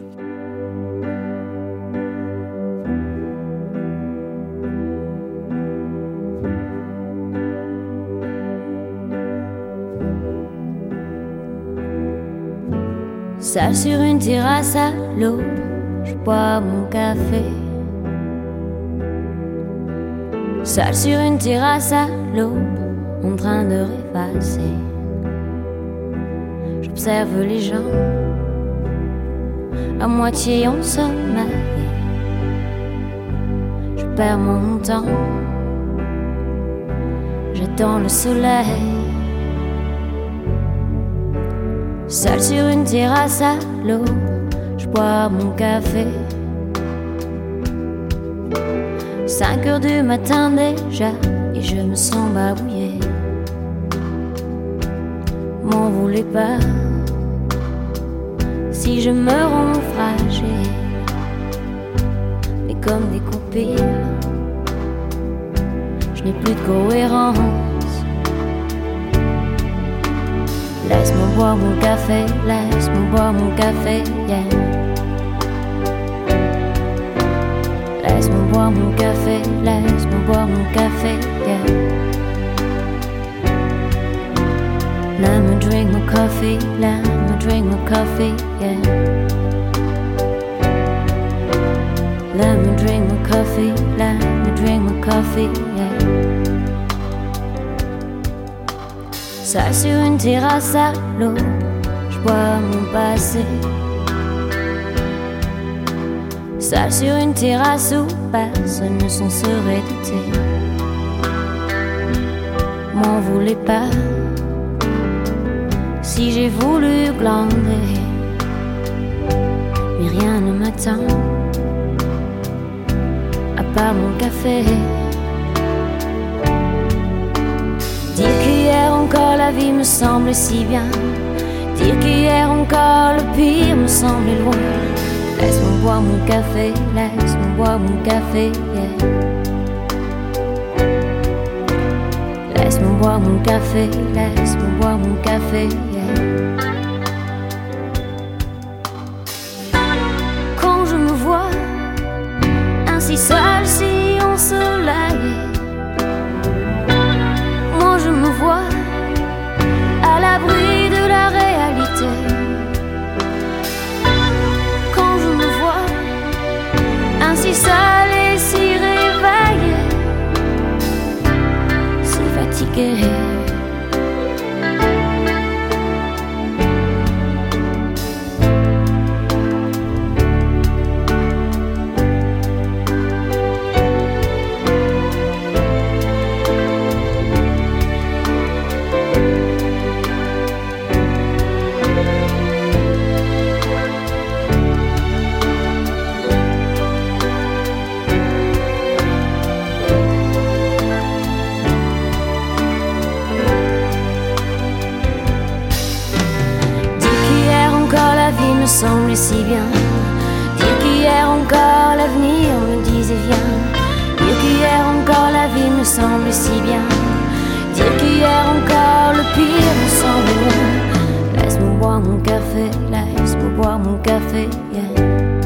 Seul sur une terrasse à l'eau, je bois mon café. Seul sur une terrasse à l'eau, en train de rêvasser. J'observe les gens, à moitié en sommeil. Je perds mon temps, j'attends le soleil. Seul sur une terrasse à l'eau, je bois mon café. Cinq heures du matin déjà, et je me sens babouillée. M'en voulez pas si je me rends fragile. Mais comme des copines, je n'ai plus de cohérence. Laisse-moi boire mon café, laisse-moi boire mon café, yeah. Laisse-moi boire mon café, laisse-moi boire mon café, yeah. Let me drink my coffee, let me drink my coffee, yeah. Let me drink my coffee, let me drink my coffee, yeah. Seul sur une terrasse à l'eau, je bois mon passé. Seul sur une terrasse où personne ne s'en serait douté. M'en voulez pas si j'ai voulu glander, mais rien ne m'attend à part mon café. Dire qu'hier encore la vie me semblait si bien, dire qu'hier encore le pire me semblait loin. Laisse-moi boire mon café, laisse-moi boire mon café, yeah. Laisse-moi boire mon café, laisse-moi boire mon café, yeah. Quand je me vois ainsi seule si en soleil, moi je me vois à l'abri de la réalité. Quand je me vois ainsi seule et si réveillée, si fatiguée. Me semblait si bien, dire qu'hier encore l'avenir me disait viens, dire qu'hier encore la vie me semblait si bien, dire qu'hier encore le pire me semblait loin. Laisse-moi boire mon café, laisse-moi boire mon café, yeah.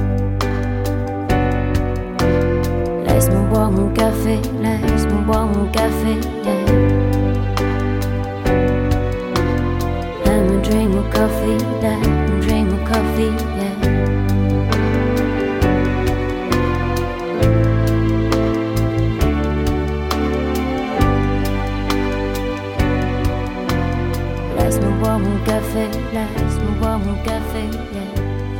Laisse-moi boire mon café, laisse-moi boire mon café, yeah. Let me drink my coffee, let boire mon café. Yeah.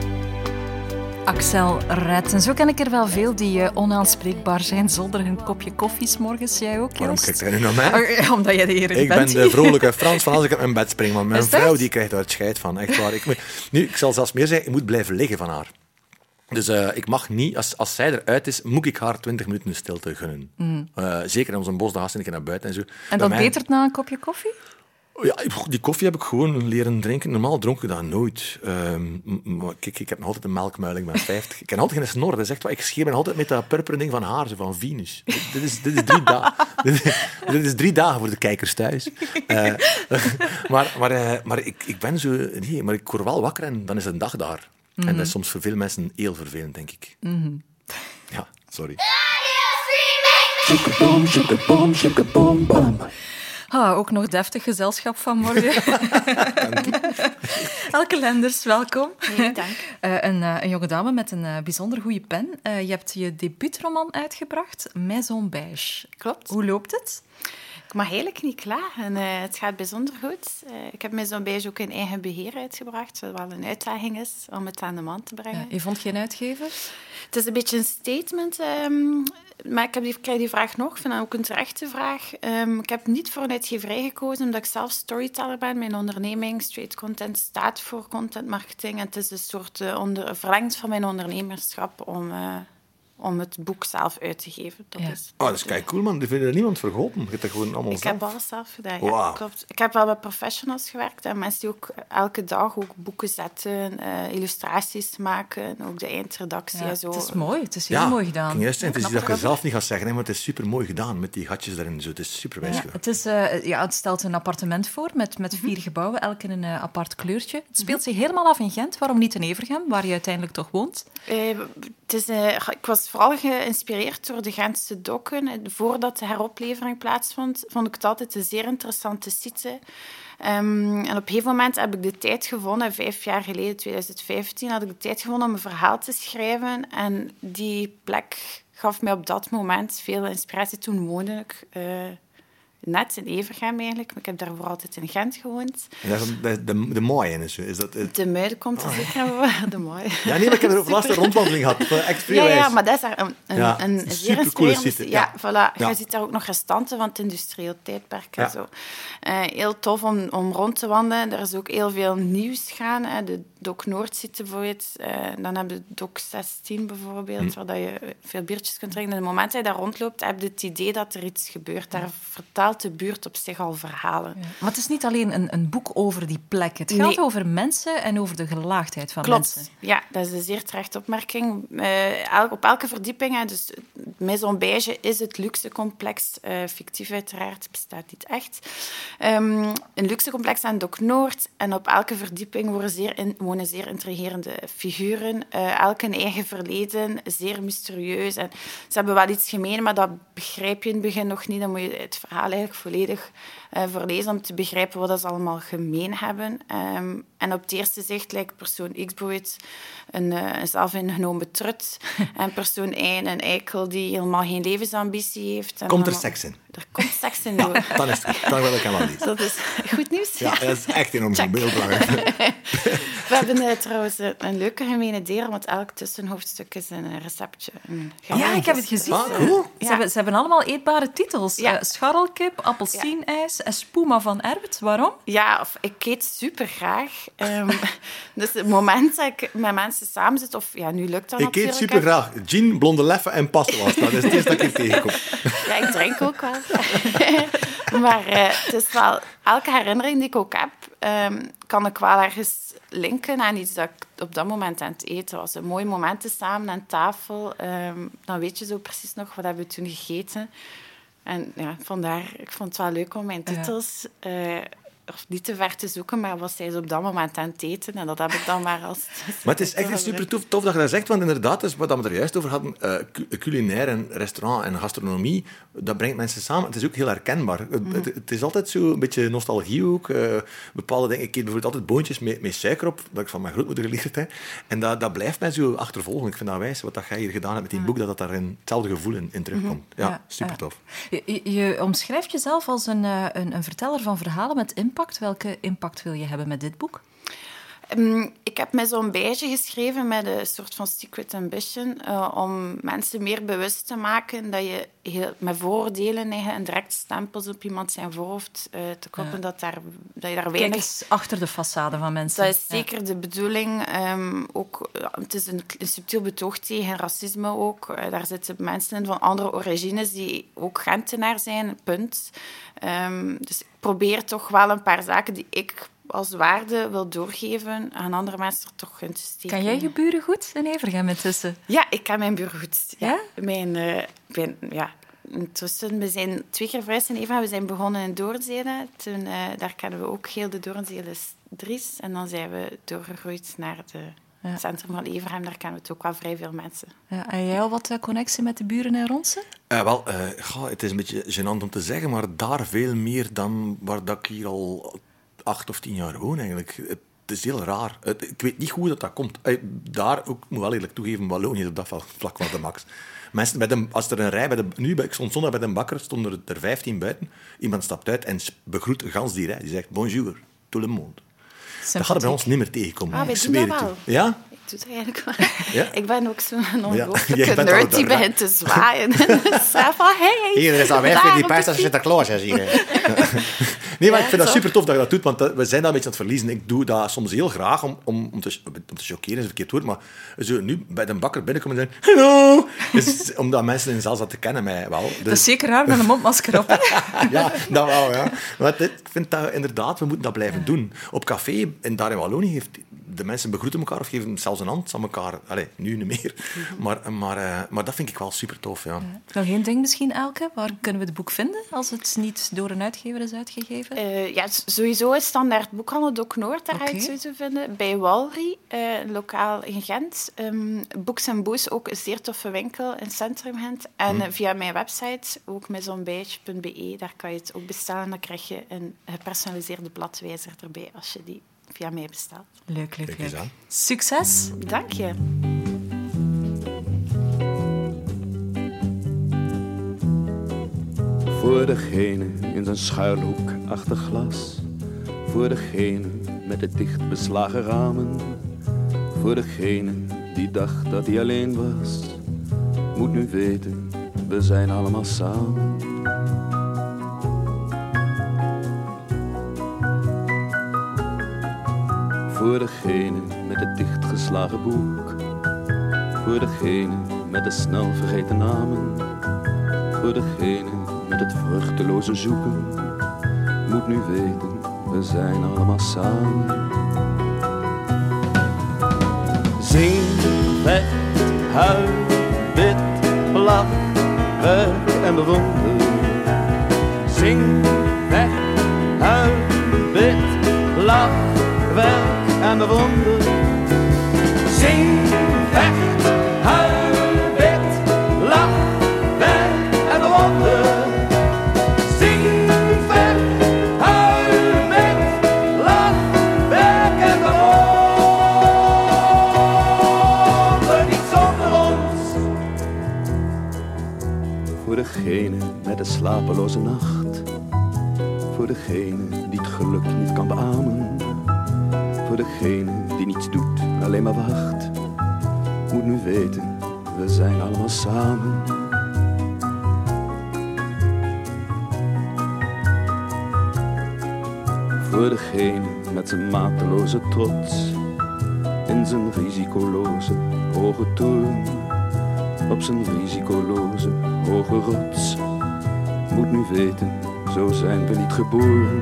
Axel Red. En zo ken ik er wel veel die uh, onaanspreekbaar zijn zonder een kopje koffie 's morgens. Jij ook, Waarom Joost? kijkt jij nu naar mij? Oh, ja, omdat jij de erik Ik bent. ben de vrolijke Frans van als ik uit mijn bed spring. Want mijn Is dat vrouw echt? die krijgt daar het scheid van. Echt waar. Ik moet, nu, ik zal zelfs meer zeggen, ik moet blijven liggen van haar. Dus uh, ik mag niet, als, als zij eruit is, moet ik haar twintig minuten stilte gunnen. Mm. Uh, zeker in onze bos, dan gaat ze een keer naar buiten en zo. En dat Bij beter na een kopje koffie? Ja, die koffie heb ik gewoon leren drinken. Normaal dronk ik dat nooit. Um, maar kijk, ik heb nog altijd een melkmuil, ik ben vijftig. Ik heb altijd geen snor. Dat is echt wat, ik scheer me altijd met dat purperen ding van haar, zo van Venus. Dit is, dit is, drie, da- dit is, dit is drie dagen voor de kijkers thuis. Uh, maar maar, uh, maar ik, ik ben zo... Nee, maar ik word wel wakker en dan is een dag daar. Mm-hmm. En dat is soms voor veel mensen heel vervelend, denk ik. Mm-hmm. Ja, sorry. Chickaboom, chickaboom, chickaboom, bam. Ah, ook nog deftig gezelschap vanmorgen. Elke Lenders, welkom. Nee, dank. Uh, een, uh, een jonge dame met een uh, bijzonder goede pen. Uh, je hebt je debuutroman uitgebracht, Maison Beige. Klopt. Hoe loopt het? Ik mag eigenlijk niet klagen. Uh, het gaat bijzonder goed. Uh, ik heb Maison Beige ook in eigen beheer uitgebracht, wat wel een uitdaging is om het aan de man te brengen. Ja, je vond geen uitgever? Het is een beetje een statement, um, maar ik, heb die, ik krijg die vraag nog. Ik vind dat ook een terechte vraag. Um, ik heb niet voor een uitgeverij gekozen, omdat ik zelf storyteller ben. Mijn onderneming, Straight Content, staat voor content marketing. En het is een soort uh, onder, verlengd van mijn ondernemerschap om... Uh, om het boek zelf uit te geven. Dat ja. is, oh, dat is kei cool, man. Er vindt er niemand verholpen. Je hebt dat gewoon allemaal ik zelf. heb alles zelf gedaan, wow. ja, klopt. Ik heb wel met professionals gewerkt. En mensen die ook elke dag ook boeken zetten, uh, illustraties maken, ook de eindredactie ja, en zo. Het is mooi, het is heel ja, mooi gedaan. Ik juist zijn, ja, het is iets dat je zelf niet gaat zeggen, hè, maar het is super mooi gedaan met die gatjes daarin. Zo. Het is super wijs. Ja, het, is, uh, ja, het stelt een appartement voor met, met vier gebouwen, elk in een uh, apart kleurtje. Het speelt zich helemaal af in Gent. Waarom niet in Evergem, waar je uiteindelijk toch woont? Uh, het is, uh, ik was vooral geïnspireerd door de Gentse dokken. Voordat de heroplevering plaatsvond, vond ik het altijd een zeer interessante site. Um, en op een gegeven moment heb ik de tijd gevonden, vijf jaar geleden, twintig vijftien, had ik de tijd gevonden om een verhaal te schrijven. En die plek gaf mij op dat moment veel inspiratie. Toen woonde ik... Uh, net in Evergem eigenlijk, maar ik heb daarvoor altijd in Gent gewoond. En dat is de, de, de mooie is, is dat het... De Muiden komt er oh. zeker voor, de mooie. Ja, nee, maar ik heb er over laatste rondwandeling gehad, ja, ja, maar dat is daar een, een, ja, een, een zeer inspirerende... site. Ja, ja, voilà. Ja. Je ziet daar ook nog restanten van het industrieel tijdperk en ja. zo. Uh, heel tof om, om rond te wandelen. Er is ook heel veel nieuws gaan. Hè. De Doc Noord zit bijvoorbeeld. Uh, dan heb je Doc zestien bijvoorbeeld, hm. waar je veel biertjes kunt drinken. En op het moment dat je daar rondloopt, heb je het idee dat er iets gebeurt. Daar vertelt de buurt op zich al verhalen. Ja. Maar het is niet alleen een, een boek over die plek. Het gaat nee. over mensen en over de gelaagdheid van Klopt. mensen. Ja, dat is een zeer terechte opmerking. Uh, el- op elke verdieping, hè, dus Maison Beige is het luxecomplex, uh, fictief uiteraard, bestaat niet echt. Um, een luxecomplex aan Doc Noord en op elke verdieping worden zeer in, wonen zeer intrigerende figuren. Uh, elk een eigen verleden, zeer mysterieus. En ze hebben wel iets gemeen, maar dat begrijp je in het begin nog niet. Dan moet je het verhaal eigenlijk volledig uh, voorlezen om te begrijpen wat ze allemaal gemeen hebben. Um, en op het eerste zicht lijkt persoon X bijvoorbeeld een, uh, een zelfingenomen trut. En persoon Y een eikel die helemaal geen levensambitie heeft. En komt er allemaal... seks in? Er komt seks in door. Ja, dan is het goed. Dan wil ik hem wel niet. Dat is goed nieuws. Ja, ja. Dat is echt enorm goed. Heel belangrijk. We hebben uh, trouwens uh, een leuke gemene deer, want elk tussenhoofdstuk is een receptje. Een ja, ik heb het gezien. Ah, cool. Ze, ja. hebben, ze hebben allemaal eetbare titels. Ja. Uh, scharrelkip, appelsienijs en spuma van Erwt. Waarom? Ja, of, ik eet super graag. Um, dus het moment dat ik met mensen samen zit, of ja, nu lukt dat ik natuurlijk. Ik eet super graag. Gin, blonde leffen en pastawas. Dat is het eerste dat ik tegenkom. Ja, ik drink ook wel. Maar uh, het is wel... Elke herinnering die ik ook heb, um, kan ik wel ergens linken aan iets dat ik op dat moment aan het eten was. Een mooie momenten samen aan tafel. Um, dan weet je zo precies nog wat hebben we toen gegeten. En ja, vandaar, ik vond het wel leuk om mijn titels... Uh, of niet te ver te zoeken, maar wat zij ze op dat moment aan het eten. En dat heb ik dan maar als... Maar het is echt super tof, tof dat je dat zegt, want inderdaad, is wat we er juist over hadden, uh, culinair en restaurant en gastronomie, dat brengt mensen samen. Het is ook heel herkenbaar. Mm-hmm. Het, het is altijd zo een beetje nostalgie ook. Uh, bepaalde dingen. Ik eet bijvoorbeeld altijd boontjes met, met suiker op, dat ik van mijn grootmoeder geleerd heb. En dat, dat blijft mij zo achtervolgen. Ik vind dat wijs, wat dat jij hier gedaan hebt met die boek, dat dat daar in hetzelfde gevoel in, in terugkomt. Mm-hmm. Ja, ja, super tof. Ja. Je, je omschrijft jezelf als een, een, een verteller van verhalen met impact. Welke impact wil je hebben met dit boek? Um, ik heb met zo'n beige geschreven met een soort van secret ambition uh, om mensen meer bewust te maken dat je heel, met vooroordelen en direct stempels op iemand zijn voorhoofd uh, te koppelen, ja. dat, daar, dat je daar weinig... Kijk eens achter de façade van mensen. Dat is zeker ja. de bedoeling. Um, ook, uh, het is een, een subtiel betoog tegen racisme ook. Uh, daar zitten mensen in van andere origines die ook Gentenaar zijn, punt. Um, dus ik probeer toch wel een paar zaken die ik als waarde wil doorgeven aan andere mensen er toch in te steken. Kan jij je buren goed in Evergem intussen? Ja, ik ken mijn buren goed. Ja? Ja? Mijn, uh, ben, ja, intussen, we zijn twee keer verhuisd in Evergem. We zijn begonnen in Doornzele. Toen, uh, daar kennen we ook heel de Doornzele Dries. En dan zijn we doorgegroeid naar het ja. centrum van Evergem. Daar kennen we ook wel vrij veel mensen. Ja, en jij al wat uh, connectie met de buren in Ronsen? Uh, wel, uh, goh, het is een beetje gênant om te zeggen, maar daar veel meer dan waar dat ik hier al acht of tien jaar woon eigenlijk. Het is heel raar. Het, ik weet niet hoe dat, dat komt. Uh, daar ook, moet wel eerlijk toegeven, Wallonië is op dat vlak van de max. Mensen bij de, als er een rij bij de... Nu, ik stond zondag bij de bakker, stonden er vijftien buiten. Iemand stapt uit en begroet gans die rij. Die zegt, bonjour, tout le monde. Sympathiek. Dat gaat bij ons niet meer tegenkomen. Ah, wij doen dat wel. Ja? Ik doe het eigenlijk wel. Ja? Ik ben ook zo'n ongelooflijke ja, nerd die begint te zwaaien. Van, hey, hier is alweer voor die pers als Sinterklaas is hier. Nee, maar ik vind dat super tof dat je dat doet, want we zijn dat een beetje aan het verliezen. Ik doe dat soms heel graag om, om, om, te, om te choqueren, is een verkeerd woord, maar zo nu bij de bakker binnenkomen en zeggen hallo, dus, omdat mensen in de zaal zaten kennen mij wel. Dus... Dat is zeker raar met een mondmasker op. Ja, dat wel, ja. Maar dit, ik vind dat inderdaad, we moeten dat blijven ja. doen. Op café, en daar in Wallonië, heeft de mensen begroeten elkaar of geven zelfs een hand aan elkaar. Allee, nu niet meer. Mm-hmm. Maar, maar, uh, maar dat vind ik wel super tof, ja. ja. Nog één ding misschien, Elke. Waar kunnen we het boek vinden als het niet door een uitgever is uitgegeven? Uh, ja, sowieso is standaard boekhandel Dok Noord daaruit okay. te vinden. Bij Walry, uh, lokaal in Gent. Um, Books and Boos, ook een zeer toffe winkel in Centrum Gent. En mm. via mijn website, ook maisonbeige punt b e, daar kan je het ook bestellen. Dan krijg je een gepersonaliseerde bladwijzer erbij als je die via mij bestelt. Leuk, leuk, leuk. Succes! Dank je. Voor degene in zijn schuilhoek achter glas. Voor degene met de dicht beslagen ramen. Voor degene die dacht dat hij alleen was. Moet nu weten, we zijn allemaal samen. Voor degene met het dichtgeslagen boek. Voor degene met de snel vergeten namen. Voor degene met het vruchteloze zoeken. Moet nu weten, we zijn allemaal samen. Zing, vecht, huil, bid, lach, werk en bewonder. Zing, vecht, huil, bid, lach, werk en bewonder. Zing, vecht, huil, bid, lach, werk en bewonder. Zing, vecht, huil, bid, lach, werk en bewonder. Niet zonder ons. Voor degene met de slapeloze nacht. Voor degene die het geluk niet kan beamen. Voor degene die niets doet, alleen maar wacht. Moet nu weten, we zijn allemaal samen. Voor degene met zijn mateloze trots. In zijn risicoloze hoge toren. Op zijn risicoloze hoge rots. Moet nu weten, zo zijn we niet geboren.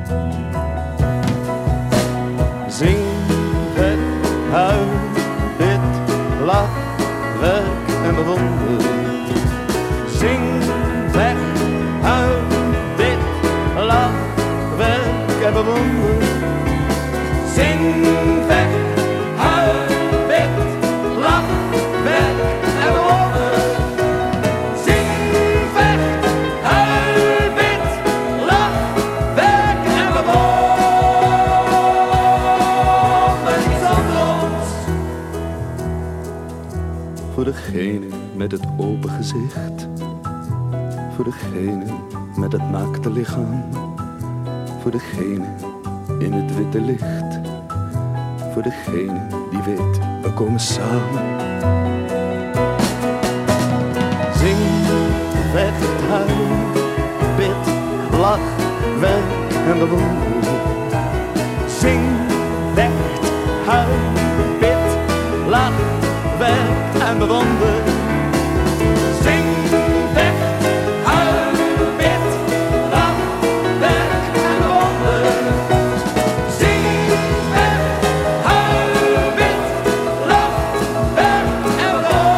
Zing, vet, huil, bid, lach, werk en bewonder. Zing, vet, huil, bid, lach, werk en bewonder. Zing, vet, huil, bid, lach, werk en bewonder. Zing, vet, huil, bid, lach, werk en bewonder. Voor degene met het open gezicht. Voor degene met het naakte lichaam. Voor degene in het witte licht. Voor voor degene die weet, we komen samen. Zing, vecht, huil, bid, lach, werk en bewonder. Zing, vecht, huil, bid, lach, werk en bewonder. Zing, vecht, huil, bid, lach, werk en bewonder. Zing, vecht, huil, bid, lach, werk en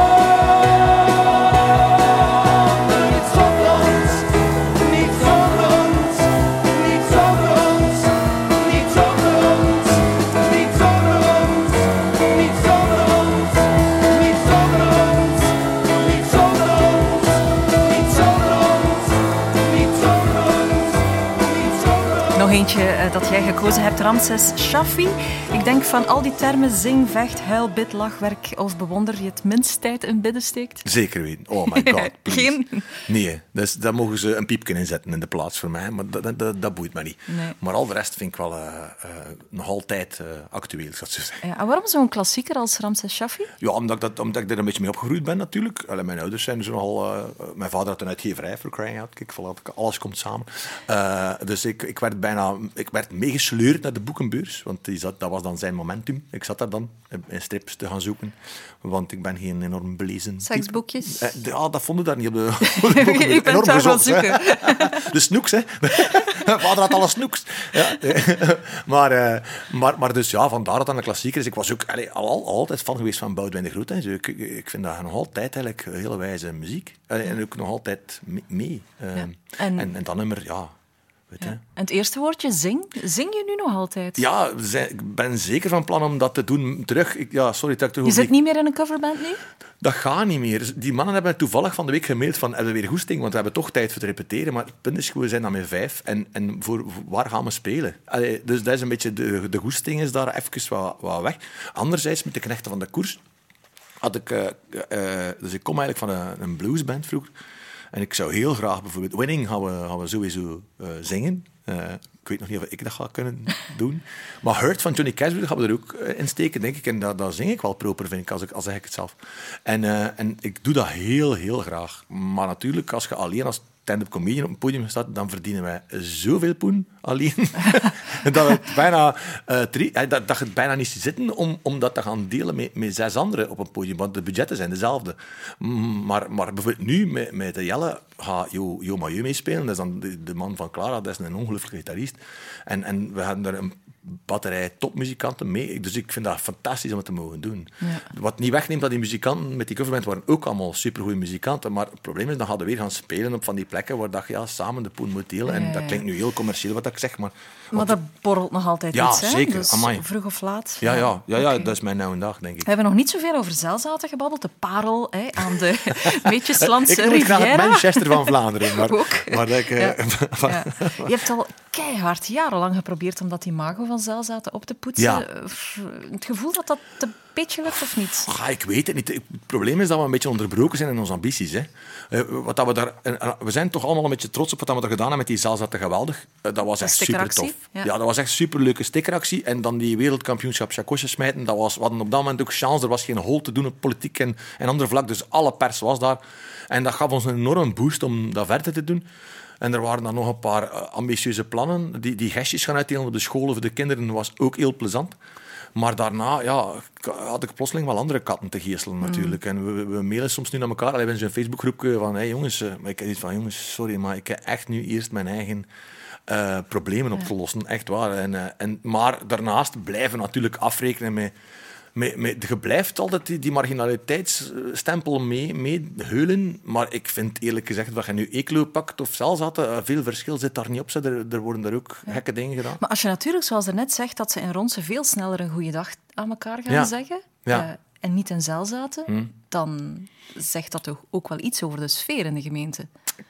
bewonder. Niet zonder ons, niet zonder ons, niet zonder ons, niet zonder ons, niet zonder ons, niet zonder ons, niet zonder ons, niet zonder ons, niet zonder ons, niet zonder ons, niet zonder ons. Nog eentje eh, dat jij gekozen hebt, Ramses Shaffi. Ik denk van al die termen zing, vecht, huil, bid, lach, werk of bewonder je het minst tijd in bidden steekt. Zeker weten. Oh my god. please. Geen? Nee, dus daar mogen ze een piepje in zetten in de plaats voor mij, maar dat, dat, dat boeit me niet. Nee. Maar al de rest vind ik wel uh, uh, nog altijd uh, actueel, zou ik zo zeggen. Ja, en waarom zo'n klassieker als Ramses Shaffi? Ja, omdat ik, dat, omdat ik er een beetje mee opgegroeid ben natuurlijk. Allee, mijn ouders zijn zo nogal... Uh, mijn vader had een uitgeverij voor Crying Out. Kijk, voilà, alles komt samen. Uh, dus ik, ik werd bijna... Ik werd meegesleurd naar de boekenbeurs, want die zat, dat was dan zijn momentum. Ik zat daar dan in strips te gaan zoeken, want ik ben geen enorm belezen. Seksboekjes? Uh, ja, dat vonden we daar niet op de, op de boekenbeurs. Je bent daar wel zoeken. De snoeks, hè. Mijn vader had alle snoeks. Ja. maar, uh, maar, maar dus ja, vandaar dat dan een klassieker is. Ik was ook allee, al, altijd fan geweest van Boudewijn de Groot. Hè. Dus ik, ik vind dat nog altijd eigenlijk hele wijze muziek. Allee, en ook nog altijd mee. Uh, ja. en, en, en dat nummer, ja... Ja. En het eerste woordje, zing, zing je nu nog altijd? Ja, ik ben zeker van plan om dat te doen terug. Ik, ja, sorry, dat ik je zit niet meer in een coverband nu? Dat gaat niet meer. Die mannen hebben toevallig van de week gemaild van hebben we weer goesting, want we hebben toch tijd voor te repeteren. Maar het punt is, we zijn dan met vijf. En, en voor, voor waar gaan we spelen? Allee, dus dat is een beetje de, de goesting is daar even wat, wat weg. Anderzijds, met de knechten van de koers, had ik... Uh, uh, dus ik kom eigenlijk van een, een bluesband vroeger. En ik zou heel graag bijvoorbeeld... Winning gaan we, gaan we sowieso uh, zingen. Uh, ik weet nog niet of ik dat ga kunnen doen. Maar Hurt van Johnny Cash gaan we er ook in steken, denk ik. En dat, dat zing ik wel proper, vind ik, als ik, als zeg ik het zelf. En, uh, en ik doe dat heel, heel graag. Maar natuurlijk, als je alleen als stand-up comedian op een podium staat, dan verdienen wij zoveel poen alleen. dat, het bijna, uh, drie, uh, dat, dat je het bijna niet ziet zitten om, om dat te gaan delen met, met zes anderen op een podium. Want de budgetten zijn dezelfde. Maar, maar bijvoorbeeld nu, met, met de Jelle, gaat Jo, Jo Mailleu meespelen. Dat is dan de, de man van Clara, dat is een ongelooflijke gitarist. En, en we hebben daar een batterij topmuzikanten mee. Dus ik vind dat fantastisch om het te mogen doen. Ja. Wat niet wegneemt dat die muzikanten met die coverband waren ook allemaal supergoeie muzikanten. Maar het probleem is, dan gaan we weer gaan spelen op van die plekken waar dat je ja, samen de poen moet delen. En ja, ja. dat klinkt nu heel commercieel wat ik zeg, maar... Maar dat borrelt nog altijd ja, iets, hè? Zeker. Dus Amai. Vroeg of laat. Ja, ja, ja, ja okay. Dat is mijn nou een dag, denk ik. We hebben nog niet zoveel over Zelzaten gebabbeld. De parel hè, aan de Meetjeslandse Riviera. Ik noem het graag Manchester van Vlaanderen. Maar, ook. Maar dat ik, ja. ja. Je hebt al keihard jarenlang geprobeerd om dat imago van Zelzaten op te poetsen. Ja. Het gevoel dat dat een beetje lukt of niet? Oh, ik weet het niet. Het probleem is dat we een beetje onderbroken zijn in onze ambities. Hè. Wat dat we, daar, we zijn toch allemaal een beetje trots op wat we daar gedaan hebben met die Zelzaten geweldig. Dat was echt super tof. Ja. ja, dat was echt een superleuke stickeractie. En dan die wereldkampioenschap chakosjes smijten. Dat was, we hadden op dat moment ook chance. Er was geen hol te doen op politiek en, en andere vlak. Dus alle pers was daar. En dat gaf ons een enorme boost om dat verder te doen. En er waren dan nog een paar ambitieuze plannen. Die, die gestjes gaan uitdelen op de scholen voor de kinderen was ook heel plezant. Maar daarna ja, had ik plotseling wel andere katten te geestelen natuurlijk. Mm. En we, we mailen soms nu naar elkaar. We hebben zo'n Facebookgroepje van hey, jongens, maar ik heb iets van jongens, sorry, maar ik heb echt nu eerst mijn eigen uh, problemen op te lossen. Echt waar. En, uh, en, maar daarnaast blijven we natuurlijk afrekenen met... met, met je blijft altijd die, die marginaliteitsstempel mee, mee heulen. Maar ik vind eerlijk gezegd, dat je nu Eeklo pakt of Zelzaten, veel verschil zit daar niet op. Er, er worden daar ook ja. gekke dingen gedaan. Maar als je natuurlijk, zoals er net zegt, dat ze in Ronse veel sneller een goede dag aan elkaar gaan ja. zeggen... Ja. Uh, en niet in Zelzaten, hmm. dan zegt dat toch ook wel iets over de sfeer in de gemeente.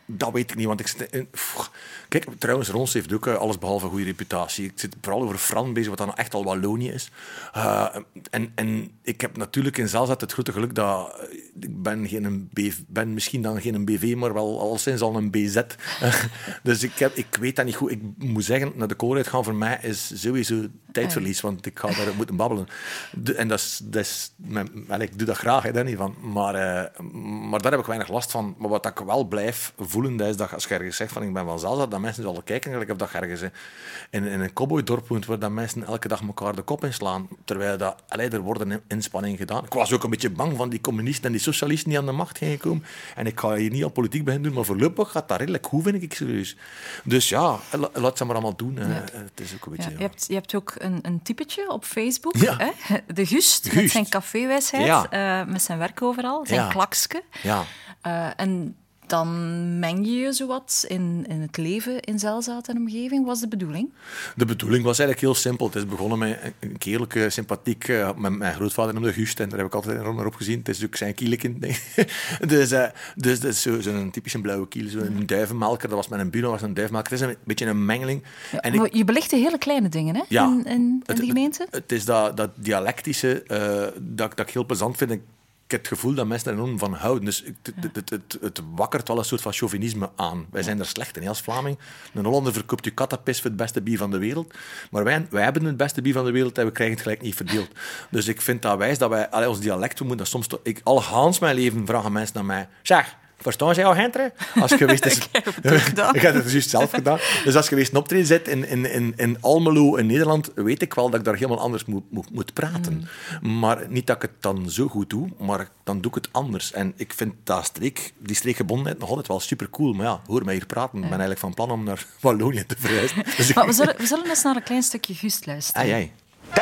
dat weet ik niet, want ik zit in... Kijk, trouwens, Rons heeft ook uh, alles behalve een goede reputatie. Ik zit vooral over Fran bezig, wat dan echt al Wallonië is. Uh, en, en ik heb natuurlijk in Zelzat het grote geluk dat... Uh, ik ben, geen B V, ben misschien dan geen B V, maar wel al sinds al een B Z. Uh, dus ik, heb, ik weet dat niet goed. Ik moet zeggen, naar de koolruit gaan voor mij is sowieso tijdverlies, want ik ga daar moeten babbelen. De, en dat is... Dat is mijn, well, ik doe dat graag, hè, daar niet van. Maar, uh, maar daar heb ik weinig last van. Maar wat ik wel blijf voelen, dat is dat als je ergens zegt van ik ben van Zelzat, dat mensen zullen kijken eigenlijk of dat je ergens in, in een cowboydorp woont waar dat mensen elke dag elkaar de kop inslaan. Terwijl dat, allee, er worden inspanningen gedaan. Ik was ook een beetje bang van die communisten en die socialisten die aan de macht gingen komen. En ik ga hier niet al politiek beginnen doen, maar voorlopig gaat dat redelijk goed, vind ik serieus. Dus ja, laat ze maar allemaal doen. Ja. Het is ook een beetje... Ja, je, hebt, je hebt ook een, een typetje op Facebook. Ja. Hè? De Gust, Gust, met zijn caféwijsheid, ja. uh, met zijn werk overal, zijn ja. klakske. Ja. Uh, en dan meng je je zowat in, in het leven in Zelzat en omgeving. Wat was de bedoeling? De bedoeling was eigenlijk heel simpel. Het is begonnen met een kerelijke sympathiek. Uh, mijn, mijn grootvader noemde Gust en daar heb ik altijd enorm naar op gezien. Het is ook zijn kielkind. dus, uh, dus dat is zo'n zo typische blauwe kiel, zo'n duivenmelker. Dat was met een bureau, was een duivenmelker. Het is een beetje een mengeling. Ja, en maar ik, je belichtte hele kleine dingen, hè? Ja, in, in, in het, die gemeente? Het, het is dat, dat dialectische uh, dat, dat ik heel plezant vind. Ik heb het gevoel dat mensen er enorm van houden. Dus het, het, het, het, het wakkert wel een soort van chauvinisme aan. Wij zijn er slecht in, als Vlaming. Een Hollander verkoopt je kattenpis voor het beste bier van de wereld. Maar wij, wij hebben het beste bier van de wereld en we krijgen het gelijk niet verdeeld. Dus ik vind dat wijs dat wij allee, ons dialect moeten. Dat soms toch, ik, al gaans mijn leven vragen mensen naar mij... Zeg, verstaan zij al Genteren? Als je geweest is... ik heb het gedaan. Ik heb het juist zelf gedaan. Dus als je geweest een optreden zit in, in, in, in Almelo in Nederland, weet ik wel dat ik daar helemaal anders moet, moet, moet praten. Mm. Maar niet dat ik het dan zo goed doe, maar dan doe ik het anders. En ik vind dat streek, die streekgebondenheid nog altijd wel super cool. Maar ja, hoor mij hier praten. Ik ben eigenlijk van plan om naar Wallonië te verhuizen. Dus maar we zullen, we zullen eens naar een klein stukje Gust luisteren. Ah, jij.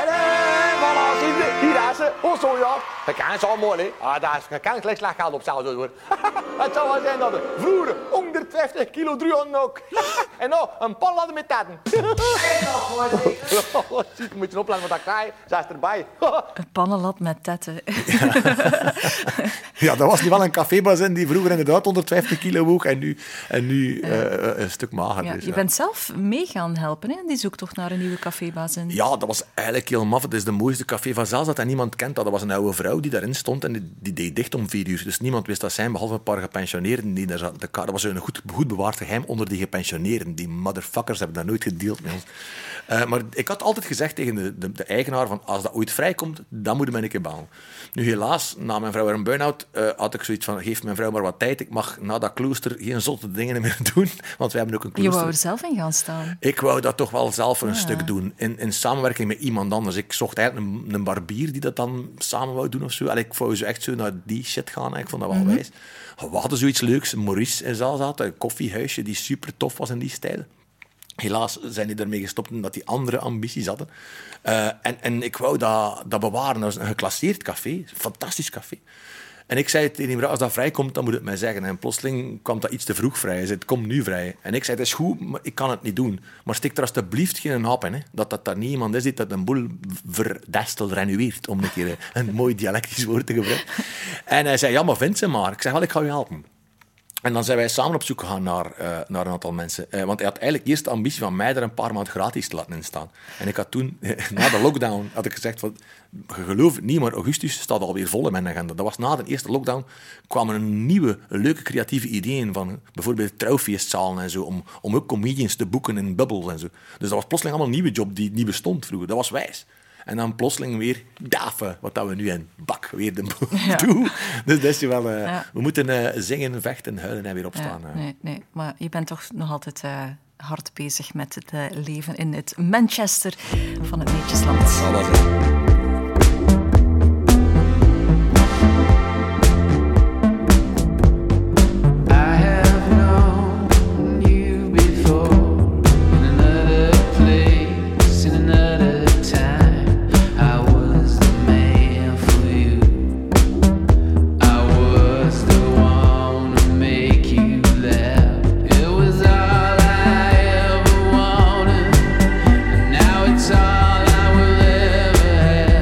Hier is ze. Oh, zo ja. Dat kan zo mooi, hè. Ah, daar kan ik slecht slecht geld op zelfs hoor. Het zou wel zijn dat er vroeger honderdvijftig kilo druien ook. En nou, een panladder met tetten. Ziet, moet je opletten wat dat krijgt. Zij is erbij. Een pannenlat met tetten. Ja, dat was niet wel een cafébazin die vroeger inderdaad honderdvijftig kilo woog en nu, en nu uh, een stuk mager. Ja, dus, je ja. bent zelf mee gaan helpen, hè? Die zoektocht naar een nieuwe cafébazin. Ja, dat was eigenlijk heel maf. Het is de mooiste café van Zelzat en niemand kent dat. Dat was een oude vrouw die daarin stond en die, die deed dicht om vier uur. Dus niemand wist dat zijn, behalve een paar gepensioneerden die daar zaten. Dat was een goed, goed bewaard geheim onder die gepensioneerden. Die motherfuckers hebben dat nooit gedeeld met ons. Uh, maar ik had altijd gezegd tegen de, de, de eigenaar van als dat ooit vrijkomt, dan moet je mij een keer bellen. Nu helaas, na mijn vrouw een burn-out, uh, had ik zoiets van geef mijn vrouw maar wat tijd. Ik mag na dat klooster geen zotte dingen meer doen, want wij hebben ook een klooster. Je wou er zelf in gaan staan? Ik wou dat toch wel zelf voor een ja. stuk doen. In, in samenwerking met iemand anders. Ik zocht eigenlijk een, een barbier die dat dan samen wou doen of zo. Allee, ik wou zo echt zo naar die shit gaan. Ik vond dat wel mm-hmm. wijs. We hadden zoiets leuks. Maurice in Zelzat, een koffiehuisje die super tof was in die stijl. Helaas zijn die ermee gestopt omdat die andere ambities hadden. Uh, en, en ik wou dat, dat bewaren. Dat was een geclasseerd café. Een fantastisch café. En ik zei tegen die mevrouw, als dat vrijkomt, dan moet het mij zeggen. En plotseling kwam dat iets te vroeg vrij. Hij zei, het komt nu vrij. En ik zei, het is goed, maar ik kan het niet doen. Maar stik er alsjeblieft geen hap in. Hè. Dat dat daar niet iemand is die dat een boel verdestel renueert. Om een keer een mooi dialectisch woord te gebruiken. En hij zei, ja, maar vind ze maar. Ik zei, wel, ik ga je helpen. En dan zijn wij samen op zoek gegaan naar, uh, naar een aantal mensen. Uh, want hij had eigenlijk eerst de ambitie van mij er een paar maanden gratis te laten instaan. En ik had toen, na de lockdown, had ik gezegd van... Je gelooft het niet, maar augustus staat alweer vol in mijn agenda. Dat was na de eerste lockdown. Kwamen er nieuwe, leuke, creatieve ideeën van bijvoorbeeld trouwfeestzalen en zo. Om, om ook comedians te boeken in bubbels en zo. Dus dat was plotseling allemaal een nieuwe job die niet bestond vroeger. Dat was wijs. En dan plotseling weer dafen, wat dat we nu in bak weer de boel ja. doen. Dus dat is wel, uh, ja. we moeten uh, zingen, vechten, huilen en weer opstaan. Ja, nee, nee, maar je bent toch nog altijd uh, hard bezig met het uh, leven in het Manchester van het Neetjesland. Dat was het. All I will ever have.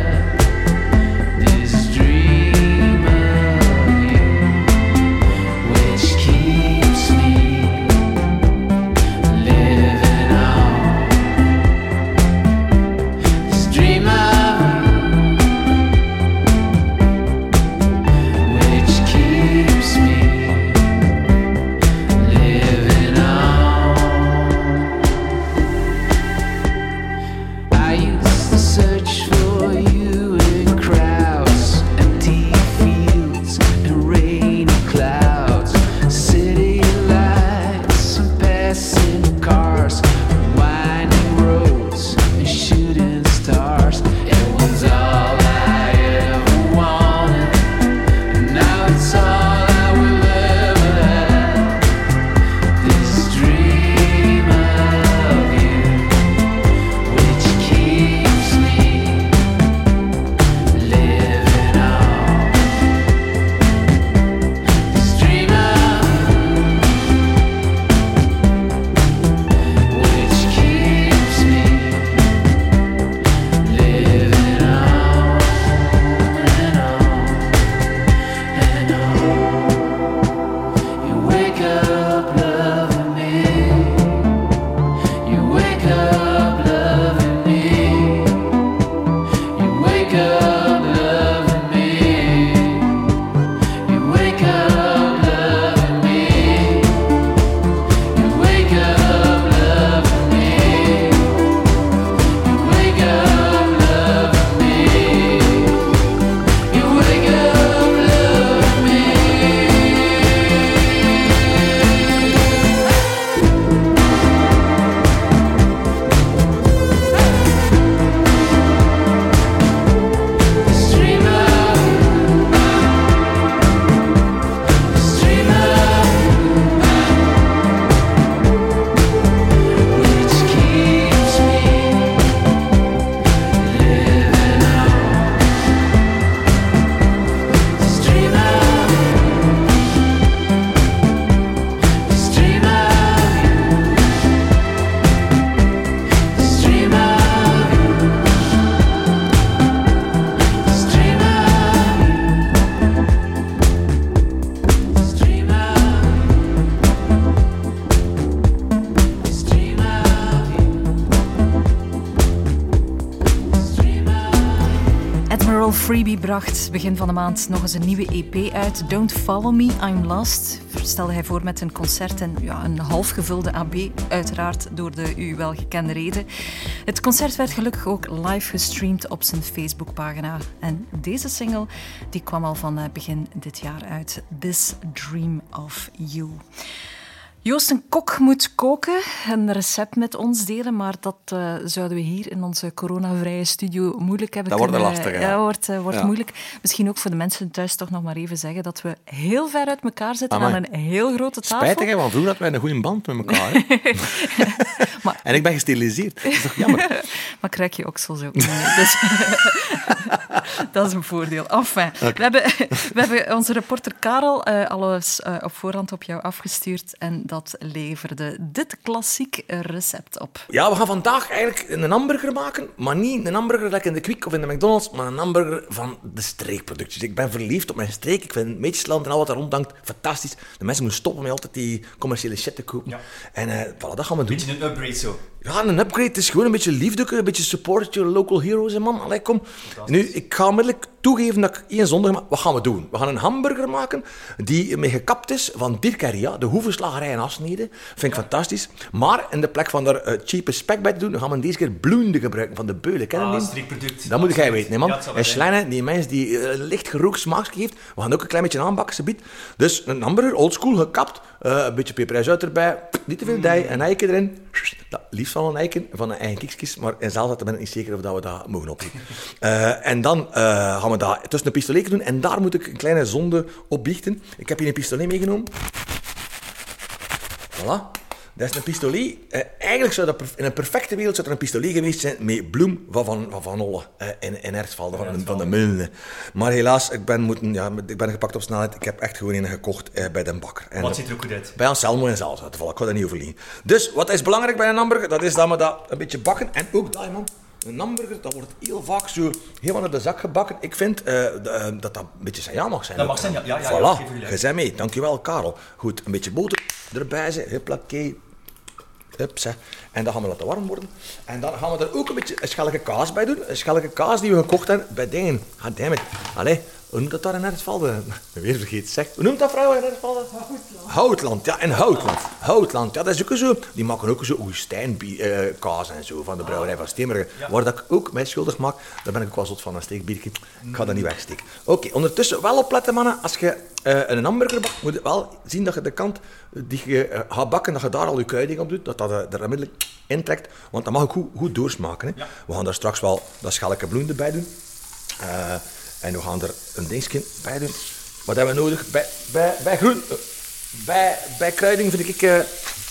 Freebie bracht begin van de maand nog eens een nieuwe E P uit. Don't Follow Me, I'm Lost. Stelde hij voor met een concert en ja, een half gevulde A B. Uiteraard door de u wel gekende reden. Het concert werd gelukkig ook live gestreamd op zijn Facebookpagina. En deze single die kwam al van begin dit jaar uit. This Dream of You. Joost een Kok moet koken, een recept met ons delen, maar dat uh, zouden we hier in onze coronavrije studio moeilijk hebben dat kunnen... Dat wordt lastig, ja. Dat wordt, uh, wordt ja. moeilijk. Misschien ook voor de mensen thuis toch nog maar even zeggen dat we heel ver uit elkaar zitten Amai. aan een heel grote tafel. Spijtig, hè, want vroeger hadden wij een goede band met elkaar. Hè? maar... En ik ben gesteriliseerd. Dat is toch jammer? maar krijg je ook zo zo. Nee, dus... dat is een voordeel. Enfin, okay. we, hebben, we hebben onze reporter Karel uh, alles uh, op voorhand op jou afgestuurd en dat leverde dit klassiek recept op. Ja, we gaan vandaag eigenlijk een hamburger maken, maar niet een hamburger like in de Kwik of in de McDonald's, maar een hamburger van de streekproductjes. Ik ben verliefd op mijn streek. Ik vind Meetjesland en al wat daar rondhangt fantastisch. De mensen moeten stoppen met altijd die commerciële shit te kopen. Ja. En uh, voilà, dat gaan we doen. Beetje een upgrade zo. Ja, een upgrade. Het is gewoon een beetje liefde, een beetje support your local heroes, hè, man. Allee, kom. Nu, ik ga onmiddellijk toegeven dat ik één zondag maak. Wat gaan we doen? We gaan een hamburger maken die mee gekapt is van Dirkeria, de hoevenslagerij in Asnede. Vind ik ja. fantastisch. Maar in de plek van daar uh, cheap spek bij te doen, gaan we deze keer bloende gebruiken van de Beulen. Ken je ah, die? streekproduct. Dat moet jij weten, hè, man. Ja, en Schlijnen, die mens die uh, licht gerookt smaakje geeft. We gaan ook een klein beetje aanbakken, subiet. Dus een hamburger, oldschool, gekapt. Uh, een beetje peper en zout erbij. Niet te veel dij, een eiken erin. Ja, liefst van een eiken, van een eigen kiksjes. Maar in zelf ben ik niet zeker of dat we dat mogen opeten. Uh, en dan uh, gaan we dat tussen een pistolet doen. En daar moet ik een kleine zonde op biechten. Ik heb hier een pistolet meegenomen. Voilà. Dat is een pistolet. Uh, eigenlijk zou dat in een perfecte wereld zou er een pistolet geweest zijn met bloem van Van, van, van Olle uh, in, in Ertsvalde, van, van de Mullen. Maar helaas, ik ben, moeten, ja, ik ben gepakt op snelheid. Ik heb echt gewoon een gekocht uh, bij Den Bakker. En wat ziet er ook goed uit? Bij Anselmo en Zelfs. Ik ga daar niet over liegen. Dus, wat is belangrijk bij een hamburger? Dat is dat we dat een beetje bakken. En ook dat, man. Een hamburger, dat wordt heel vaak zo helemaal op de zak gebakken. Ik vind uh, de, uh, dat dat een beetje saillant mag zijn. Dat mag zijn, ja. ja, ja voilà, ja, je bent mee. Dankjewel, Karel. Goed, een beetje boter erbij zijn. Huppakee. Hups, hè. En dan gaan we laten warm worden. En dan gaan we er ook een beetje een schelke kaas bij doen. Een schelke kaas die we gekocht hebben bij dingen. Goddammit. Allee, hoe noemt dat daar in Ertsvalde? Weer vergeten, zeg. Hoe noemt dat vrouw in Ertsvalde? Houtland. Houtland, ja, in Houtland. Houtland, ja, dat is ook zo. Die maken ook zo Oestijnkaas en zo van de brouwerij van Steembergen. Ja. Waar dat ik ook mij schuldig maak, daar ben ik ook wel zot van, een steekbiertje. Ik ga dat niet wegsteken. Oké, okay, ondertussen wel opletten, mannen. Als je uh, een hamburger bakt, moet je wel zien dat je de kant die je uh, gaat bakken, dat je daar al je kruiding op doet, dat dat uh, er onmiddellijk intrekt. Want dat mag ook goed, goed doorsmaken. Hè. Ja. We gaan daar straks wel dat schelke bloem erbij doen. Uh, En we gaan er een dingetje bij doen. Wat hebben we nodig? Bij, bij, bij groen... Uh, bij, bij kruiding vind ik... Uh,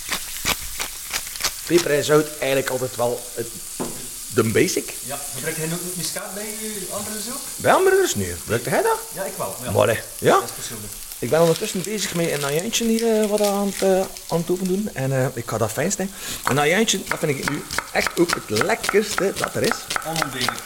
peper en zout eigenlijk altijd wel uh, de basic. Ja, gebruikt jij ook muskaat bij je hamburgers ook? Bij hamburgers? Nee. Gebruikt jij dat? Ja, ik wel. Ja. Maar, ja? Dat is persoonlijk. Ik ben ondertussen bezig met een ajuintje hier uh, wat aan het, uh, aan het open doen. En uh, ik ga dat fijn snijden. Een ajuintje, dat vind ik nu echt ook het lekkerste dat er is. Onontbeerlijk.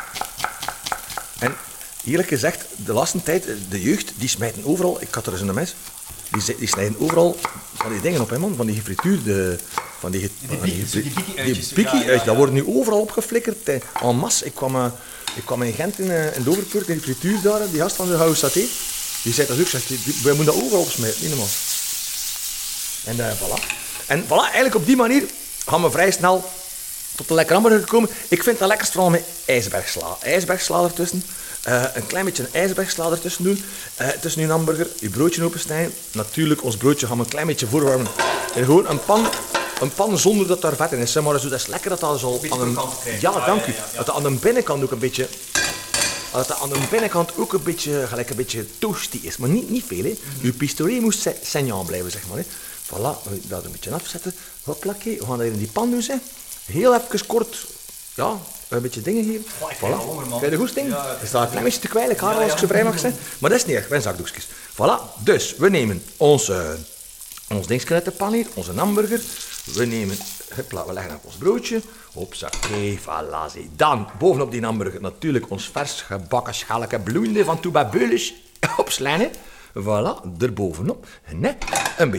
En eerlijk gezegd, de laatste tijd, de jeugd, die smijten overal... Ik had er eens een mes. Die, die snijden overal van die dingen op, hè, man. Van die gefrituurde... Van die, die, die, die, die bikkie-uitjes. Die bikkie-uitjes, ja, ja, ja. Dat worden nu overal opgeflikkerd. Eh, en masse. Ik kwam, uh, ik kwam in Gent, in, uh, in Doverpoort, in die frituur daar. Die gast van de House Saté. Die zei dat ook. Zegt, die, wij moeten dat overal opsmijten. Niet normaal. En uh, voilà. En voilà, eigenlijk op die manier gaan we vrij snel tot de lekkere hamburger komen. Ik vind dat lekkerst vooral met ijsbergsla. Ijsbergsla ertussen. Uh, een klein beetje een ijsbergsla ertussen doen. Uh, tussen uw hamburger, uw broodje opensnijden. Natuurlijk, ons broodje gaan we een klein beetje voorwarmen. En gewoon een pan, een pan zonder dat daar vet in is. Maar dat is lekker dat dat zo aan een... Ja, dank u. Dat dat aan de binnenkant ook een beetje... Dat dat aan de binnenkant ook een beetje, gelijk een beetje toasty is. Maar niet, niet veel, hè. Uw pistolet moest saignant blijven, zeg maar. Hè. Voilà, we dat een beetje afzetten. Hoplakee, we gaan dat in die pan doen, hè. Heel even kort... Ja, een beetje dingen hier. Oh, ik voilà. honger, man. Krijg je de goesting? Ja, is dat een klein beetje te kwijt, ik haal ja, ja. als ik zo vrij mag zijn. Maar dat is niet erg, wij zijn zakdoekjes. Voilà, dus we nemen ons, uh, ons dingetje uit de pan hier, onze hamburger. We nemen, hupla, we leggen op ons broodje. Hopsakee, voilà. Zie. Dan, bovenop die hamburger, natuurlijk ons vers gebakken schalke bloeinde van Touba Beulisch. Op slijnen. Voilà, erbovenop. Nee, een beetje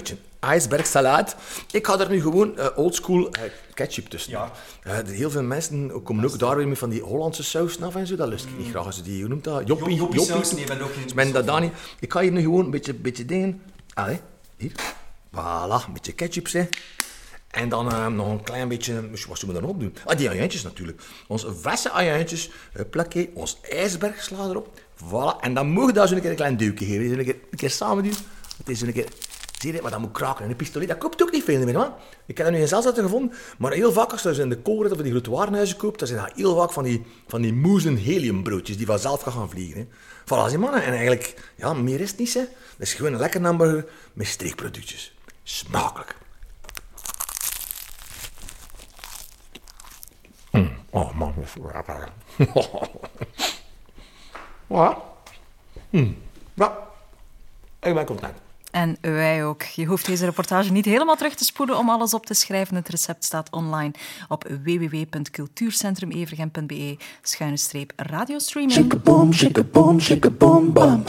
ijsbergsalade. Ik ga er nu gewoon uh, oldschool uh, ketchup tussen. Ja. Uh, heel veel mensen komen ook daar weer met van die Hollandse saus af en zo. Dat lust ik niet graag. Als je die, hoe noemt dat? Joppie, Joppie joppie. saus, nee, ben ook geen ben dat daar niet. Ik ga hier nu gewoon een beetje, beetje dingen... Allee, hier. Voilà, een beetje ketchup, zeg. En dan uh, nog een klein beetje... Wat zullen we dan op doen? Ah, die ajuintjes natuurlijk. Onze verse ajuintjes. Plakje, ons ijsbergsla erop. Voilà. En dan mogen we daar zo een keer een klein duwtje geven. Zo een keer, een keer samen doen. Het is zo een keer... Zie je, maar dat moet kraken. En een pistolet, dat koopt ook niet veel meer, man. Ik heb er nu in Zelzaten gevonden. Maar heel vaak, als je in de koolred of die grote warenhuizen koopt, dan zijn dat heel vaak van die, van die moezen heliumbroodjes die vanzelf gaan gaan vliegen. Hè. Voilà, zie mannen. En eigenlijk, ja, meer is het niet, hè. Dat is gewoon een lekker hamburger met streekproductjes. Smakelijk. Mm. Oh, man. Ja. Mm. Ja. Ik ben content. En wij ook. Je hoeft deze reportage niet helemaal terug te spoelen om alles op te schrijven. Het recept staat online op w w w punt cultuurcentrum evergem punt b e schuine streep radiostreaming. Shake a boom, shake a boom, shake a boom, bam.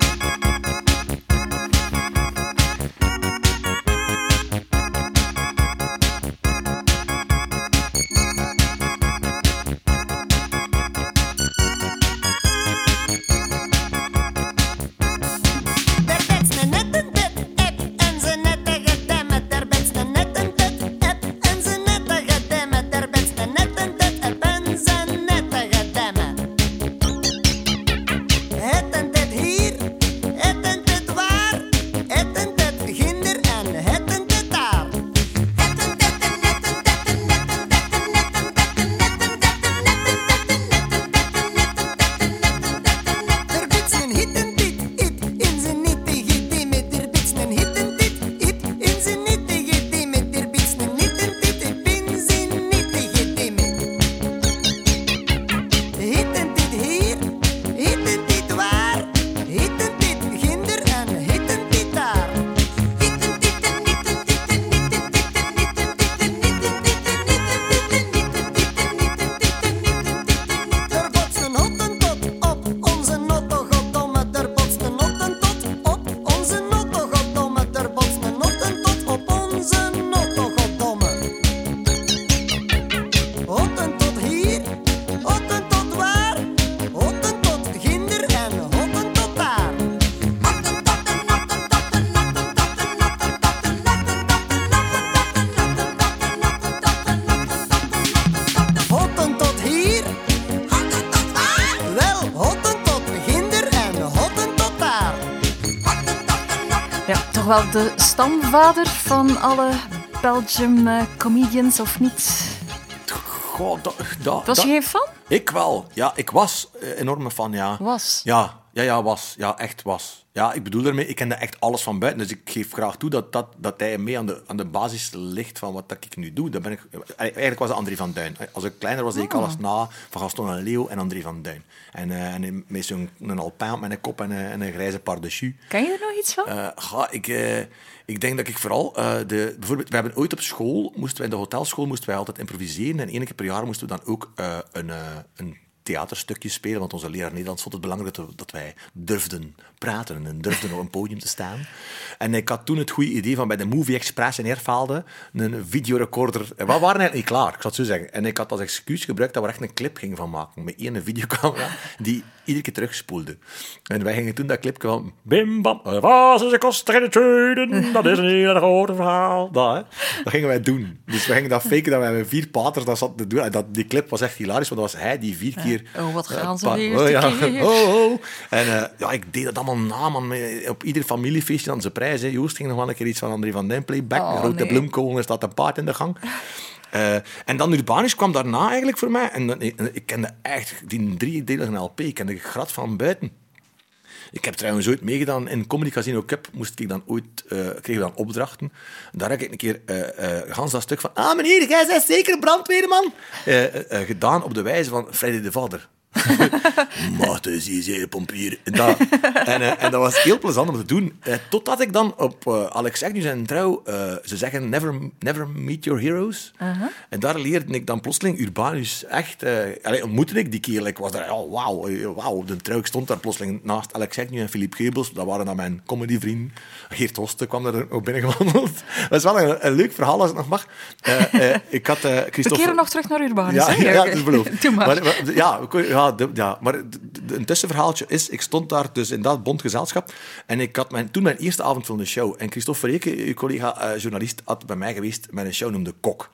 Wel de stamvader van alle Belgium uh, comedians, of niet? Goh, dat... dat Was je geen fan? Ik wel. Ja, ik was uh, enorme fan, ja. Was? Ja, ja, ja, was. Ja, echt was. Ja, ik bedoel ermee, ik kende echt alles van buiten. Dus ik geef graag toe dat, dat, dat hij mee aan de, aan de basis ligt van wat dat ik nu doe. Dat ben ik, eigenlijk was het André van Duin. Als ik kleiner was, deed ik alles na van Gaston en Leo en André van Duin. En, uh, en met zo'n een alpijn met een kop en een, en een grijze pardessus. Ken je er nog iets van? Uh, ga, ik, uh, ik denk dat ik vooral... Uh, de, bijvoorbeeld, we hebben ooit op school, moesten wij in de hotelschool, moesten wij altijd improviseren. En één keer per jaar moesten we dan ook uh, een... Uh, een theaterstukje spelen, want onze leraar Nederlands vond het belangrijk dat, we, dat wij durfden praten en durfden op een podium te staan. En ik had toen het goede idee van bij de Movie Express in Eervaalde een videorecorder... We waren eigenlijk niet klaar, ik zal het zo zeggen. En ik had als excuus gebruikt dat we echt een clip gingen van maken, met één videocamera, die iedere keer terugspoelde. En wij gingen toen dat clipje van... Bim, bam, was is een koster in de tweeden, dat is een hele grote verhaal. Dat, hè. Dat gingen wij doen. Dus we gingen dat faken, dat wij met vier paters dat zat te doen. En dat, die clip was echt hilarisch, want dat was hij die vier keer... Oh, wat gaan ze uh, weer? Oh, ja. oh, oh. En uh, ja, ik deed dat allemaal na, man. Op ieder familiefeestje dan zijn prijs. Hè. Joost ging nog wel een keer iets van André van Duin playback. Oh, een grote nee. bloemkool, er staat een paard in de gang. Uh, en dan Urbanus kwam daarna eigenlijk voor mij. En, en, en ik kende echt die driedelige L P. Ik kende grat van buiten. Ik heb trouwens ooit meegedaan in Comedy Casino Cup. Moest ik dan ooit, uh, kreeg ik dan opdrachten. Daar heb ik een keer uh, uh, gans dat stuk van... Ah, meneer, jij bent zeker een brandweerman. Uh, uh, uh, gedaan op de wijze van Freddy de Vader. Maarten, zie je, pompier. En dat, en, uh, en dat was heel plezant om te doen. Uh, totdat ik dan op uh, Alex Agnew zijn trouw... Uh, ze zeggen, never, never meet your heroes. Uh-huh. En daar leerde ik dan plotseling Urbanus echt... Uh, allee, ontmoette ik die kerel. Ik was daar, oh, wauw, wauw. De trouw, ik stond daar plotseling naast Alex Agnew en Philippe Geubels. Dat waren dan mijn comedyvrienden. Geert Hoste kwam er ook binnengewandeld. Dat is wel een, een leuk verhaal, als het nog mag. Uh, uh, ik had uh, Christophe... We keren nog terug naar Urbanus. Ja, hè? ja, ja, dat is beloofd. Doe maar. maar, maar ja, ja, de, ja, maar de, de, een tussenverhaaltje is, ik stond daar dus in dat bond gezelschap en ik had mijn, toen mijn eerste avond van de show. En Christophe Verreke, uw collega uh, journalist, had bij mij geweest met een show noemde Kok.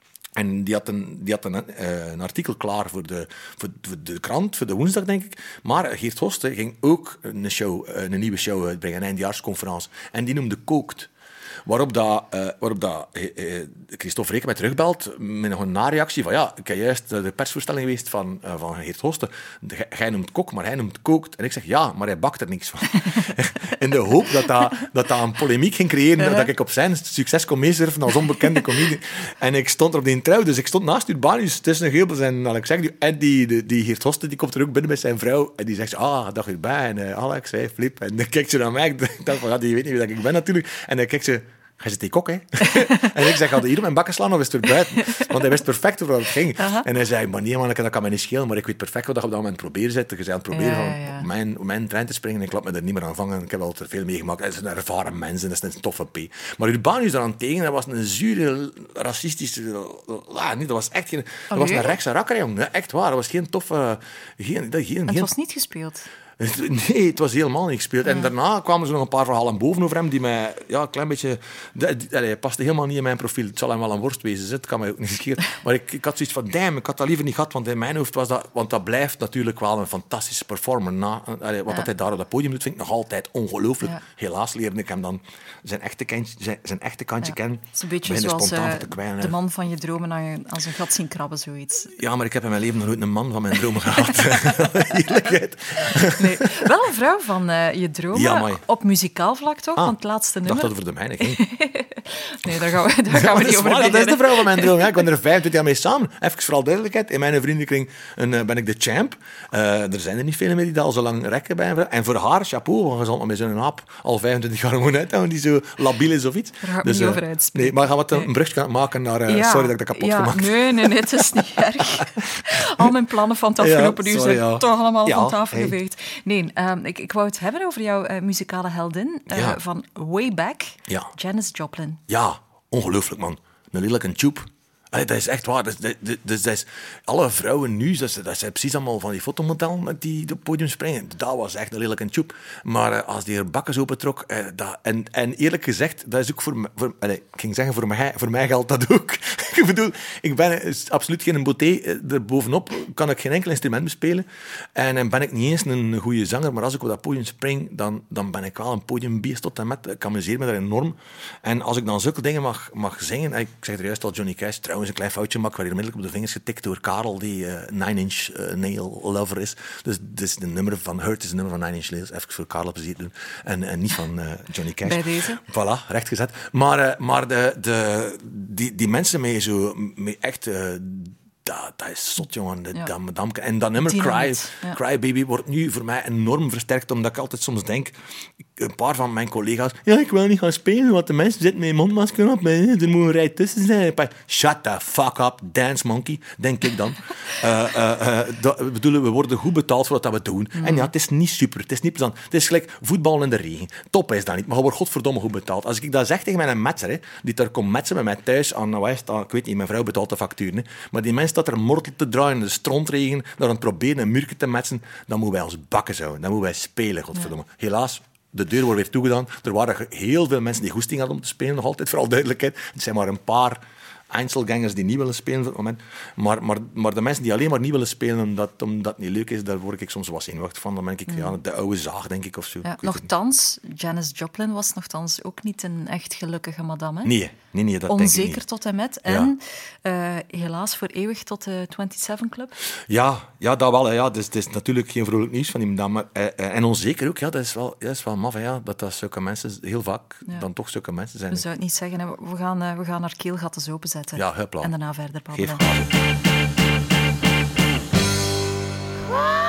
En die had een, die had een, uh, een artikel klaar voor de, voor, voor de krant, voor de woensdag, denk ik. Maar Geert Hoste ging ook een, show, een nieuwe show uitbrengen, een eindjaarsconferentie. En die noemde Kookt. Waarop, dat, uh, waarop dat, uh, uh, Christophe Verreke mij terugbelt met nog een nareactie van ja, ik heb juist de persvoorstelling geweest van, uh, van Geert Hoste. Jij noemt kok, maar hij noemt kookt. En ik zeg ja, maar hij bakt er niks van. In de hoop dat dat, dat dat een polemiek ging creëren, uh-huh. dat ik op zijn succes kon meesurfen als onbekende comedian. En ik stond er op die trouw, dus ik stond naast Urbanus tussen Geubels en Alex Agnew. En die, die, die Geert Hoste, die komt er ook binnen met zijn vrouw. En die zegt ah, dag erbij. En uh, Alex, hey, Flip. En dan kijkt ze naar mij. Ik dacht van ja, die weet niet wie ik ben natuurlijk. En dan kijkt ze... Hij zit die kok, hè? En ik zeg, ga je hier op mijn bakken slaan of is het weer buiten? Want hij wist perfect over wat het ging. Uh-huh. En hij zei, maar nee, man, dat kan mij niet schelen, maar ik weet perfect wat je op dat moment proberen zit. Je bent aan het proberen ja, ja. van op mijn, op mijn trein te springen en ik laat me er niet meer aan vangen. Ik heb al te veel meegemaakt. Hij is een ervaren mens en dat is een toffe P. Maar Urbanus daaraan tegen, dat was een zure, racistische... Ah, nee, dat was echt geen... Dat was een rechtse rakker, jong. Echt waar, dat was geen toffe... Geen, geen, geen, het was niet gespeeld. Nee, het was helemaal niet gespeeld. Ja. En daarna kwamen ze nog een paar verhalen boven over hem die mij ja, een klein beetje... Hij paste helemaal niet in mijn profiel. Het zal hem wel een worst wezen, het kan mij ook niet schelen. Maar ik, ik had zoiets van, damn, ik had dat liever niet gehad, want in mijn hoofd was dat... Want dat blijft natuurlijk wel een fantastische performer. Na, allee, wat ja. dat hij daar op dat podium doet, vind ik nog altijd ongelooflijk. Ja. Helaas leerde ik hem dan zijn echte, kantje, zijn, zijn echte kantje ja. kennen. Het is een beetje zoals uh, de man van je dromen als een gat zien krabben, zoiets. Ja, maar ik heb in mijn leven nog nooit een man van mijn dromen gehad. Eerlijkheid. Nee. Wel een vrouw van uh, je dromen, ja, op muzikaal vlak toch, ah, van het laatste nummer. Ik dacht dat het voor de mijne ging. Nee, daar gaan we, daar gaan we niet over beginnen. Dat is de vrouw van mijn droom. Ja, ik ben er vijfentwintig jaar mee samen. Even vooral duidelijkheid, in mijn vriendenkring een, uh, ben ik de champ. Uh, er zijn er niet veel meer die dat al zo lang rekken bij een vrouw. En voor haar, chapeau, want je zal met zo'n aap al vijfentwintig jaar gewoon uithouden die zo labiel is of iets. Daar ga ik dus, niet uh, over uitspreken. Nee, maar gaan we nee. een brugje maken naar... Uh, ja, sorry dat ik dat kapot ja, gemaakt heb. Nee, nee, nee, het is niet erg. Al mijn plannen van het afgelopen ja, uur zijn ja. toch allemaal ja, van tafel hey. geveegd. Nee, um, ik, ik wou het hebben over jouw uh, muzikale heldin uh, ja. van way back, ja. Janis Joplin. Ja, ongelooflijk, man. Een lelijke tube. Allee, dat is echt waar. Dat is, dat, dat, dat is, alle vrouwen nu, dat, dat zijn precies allemaal van die fotomodellen die op het podium springen. Dat was echt een lelijke tube. Maar uh, als die er bakken opentrok... Uh, dat, en, en eerlijk gezegd, dat is ook voor... voor allez, ik ging zeggen, voor mij, voor mij geldt dat ook. Ik bedoel, ik ben absoluut geen beauté. Er bovenop kan ik geen enkel instrument bespelen. En, en ben ik niet eens een goede zanger. Maar als ik op dat podium spring, dan, dan ben ik wel een podiumbeest tot en met. Ik amuseer me daar enorm. En als ik dan zulke dingen mag, mag zingen... Ik zeg er juist al, Johnny Cash, trouwens, een klein foutje maak, waar hier onmiddellijk op de vingers getikt door Karel, die uh, Nine Inch uh, Nail lover is. Dus, dus de nummer van Hurt is een nummer van Nine Inch Nails. Even voor Karel plezier doen. En, en niet van uh, Johnny Cash. Bij deze. Voilà, rechtgezet. Maar, uh, maar de, de, die, die mensen mee zo... Mee echt... Uh, Dat, dat is zot, jongen. Ja. Dat, dat, en dat nummer Cry, ja. Cry Baby wordt nu voor mij enorm versterkt, omdat ik altijd soms denk, een paar van mijn collega's, ja, ik wil niet gaan spelen, want de mensen zitten met een mondmasker op, er moet een rij tussen zijn. Shut the fuck up, dance monkey, denk ik dan. uh, uh, uh, dat, bedoelen, we worden goed betaald voor wat we doen. Mm. En ja, het is niet super, het is niet plezant. Het is gelijk voetbal in de regen. Top is dat niet, maar je wordt godverdomme goed betaald. Als ik dat zeg tegen mijn metser, hè, die daar komt metsen met mij thuis, aan, nou, ik weet niet, mijn vrouw betaalt de factuur, hè, maar die mensen dat er mortel te draaien in de strontregen, daar aan het proberen een muurtje te metsen, dan moeten wij ons bakken zouden. Dan moeten wij spelen, godverdomme. Ja. Helaas, de deur wordt weer toegedaan. Er waren heel veel mensen die goesting hadden om te spelen, nog altijd, vooral duidelijkheid. Het zijn maar een paar Einzelgangers die niet willen spelen op het moment. Maar, maar, maar de mensen die alleen maar niet willen spelen omdat, omdat het niet leuk is, daar word ik soms wat zenuwachtig van. Dan ben ik, mm. ja, de oude zaag, denk ik, of zo. Ja, nochtans, Janis Joplin was nochtans ook niet een echt gelukkige madame. Hè? Nee, nee, nee, dat Onzeker denk ik niet. Tot en met. En ja. uh, helaas voor eeuwig tot de zevenentwintig Club. Ja, ja, dat wel. Ja. Dus, het is natuurlijk geen vrolijk nieuws van die madame. Uh, uh, en onzeker ook, ja, dat is wel, dat is wel maf, ja, dat dat zulke mensen, heel vaak, ja. dan toch zulke mensen zijn. We zouden het niet zeggen, hè. We gaan, uh, we gaan haar keelgatten openzetten. Ja, hupla. En daarna verder babbelen. Geef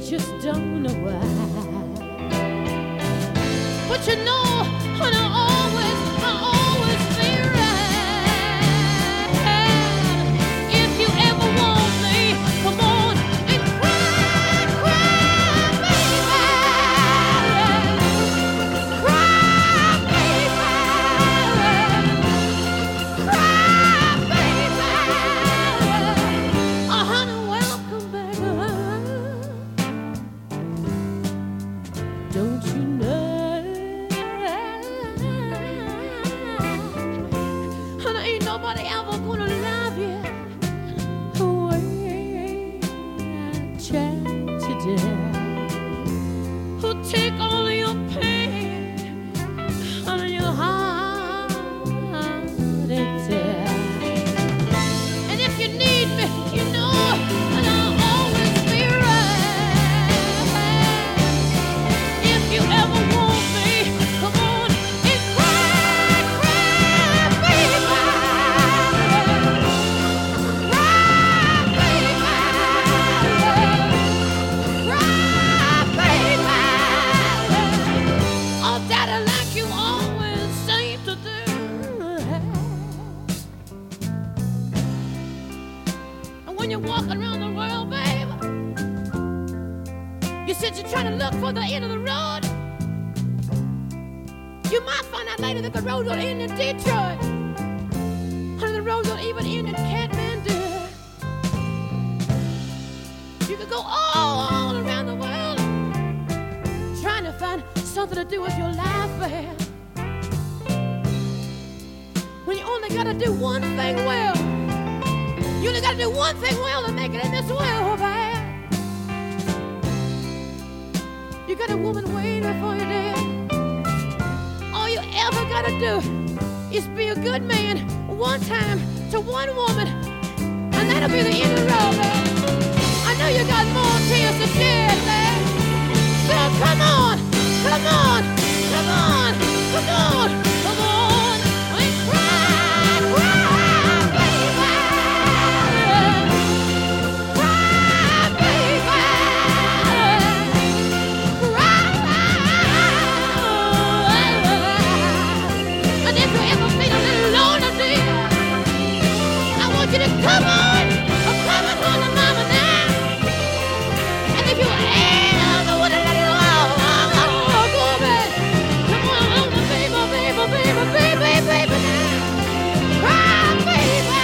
just don't know why. But you know, honey, I always, I always feel right. If you ever want me, come on and cry, cry, baby. Cry, baby. Cry, baby. Oh, honey, welcome back. Don't you know? Nobody ever gonna love you the way I tried today. Who'll take all of your pain out of your heart and tear. And if you need me, you know that I'll always be right. If you ever want me, come on and cry, cry, baby. Walking around the world, babe. You said you're trying to look for the end of the road. You might find out later that the road will end in Detroit. Honey, the road will even end in Kathmandu. You could go all, all around the world trying to find something to do with your life, babe. When you only gotta do one thing well. You only gotta do one thing well to make it in this world, babe. You got a woman waiting for you there. All you ever gotta do is be a good man one time to one woman, and that'll be the end of the road, babe. I know you got more tears to shed, babe. So come on, come on, come on, come on, come on, and cry, cry. Come on, oh, come on, hold the mama now. And if you ever want to let it all, oh, oh, go back. Come on, hold the baby, baby, baby, baby, baby now. Cry, baby.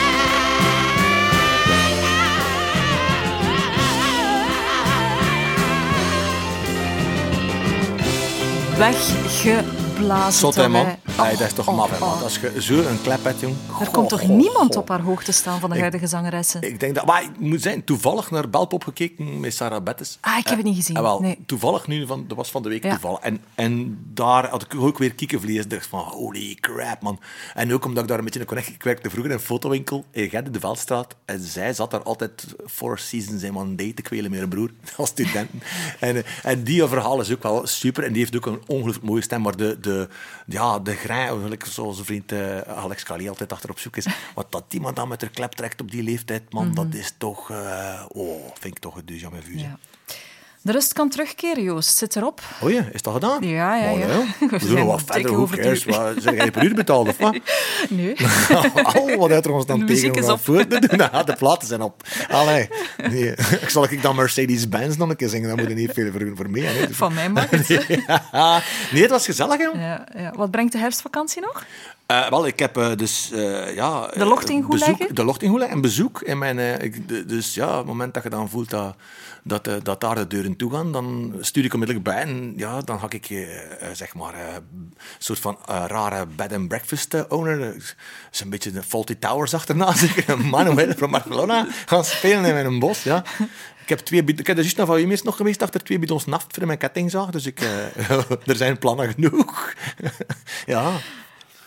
Weggeblazen. Zot, hè, man. Oh, Hey, dat is toch oh, maf, hè, man. oh. Als je zo een klep hebt, jong. Er komt toch Goh, niemand goh. op haar hoogte staan van de Ik- huidige zangeressen? Ik denk dat... Maar ik moet zijn, toevallig naar Belpop gekeken met Sarah Bettes. Ah, ik heb het niet gezien, Eh, wel, nee. toevallig nu, van, dat was van de week Ja. toevallig. En, en daar had ik ook weer kiekenvlees. Ik dacht van, holy crap, man. En ook omdat ik daar een beetje een connectie... Ik werkte vroeger in een fotowinkel in Gent, in de Veldstraat. En zij zat daar altijd Four Seasons in one day te kwelen met haar broer, als studenten. En, eh, en die verhaal is ook wel super. En die heeft ook een ongelooflijk mooie stem. Maar de, de, ja, de grijn, zoals een vriend uh, Alex Calais altijd achter op zoek is. Wat dat iemand dan met haar klep trekt op die leeftijd, man, Mhm. dat is toch... Uh, oh, vind ik toch een déjà vu. Ja. De rust kan terugkeren, Joost. Zit erop. Oh ja, is dat gedaan? Ja, ja, Mooi, ja. hè? We We doen zijn nog wat dik verder. Hoe over het cares? uur. Wat- Zeg jij per uur betaald, of wat? Nee. Al wat uit er ons dan De tegen muziek is om dat op. voor te doen. Ja, de platen zijn op. Allee. Nee. Ik zal ik dan Mercedes-Benz nog een keer zingen. Dat moet je niet veel voor, voor mij. Hè. Van mij mag het. Nee. Nee, het was gezellig, joh. Ja, ja. Wat brengt de herfstvakantie nog? Uh, wel, ik heb uh, dus... Uh, ja, De locht in uh, goed bezoek- leggen? De locht in goed leggen en bezoek. In mijn, uh, ik, de- dus ja, op het moment dat je dan voelt dat, dat, uh, dat daar de deuren toe gaan, dan stuur ik onmiddellijk bij. En ja, dan ga ik, uh, uh, zeg maar, uh, een soort van uh, rare bed and breakfast uh, owner. Uh, is een beetje de Fawlty Towers achterna, zeker. Manuel van Barcelona gaan spelen in mijn bos, ja. Ik heb, twee, bid- ik heb er juist naar van Jumis nog geweest achter twee bidons naft voor mijn kettingzaag. Dus ik, uh, er zijn plannen genoeg. Ja.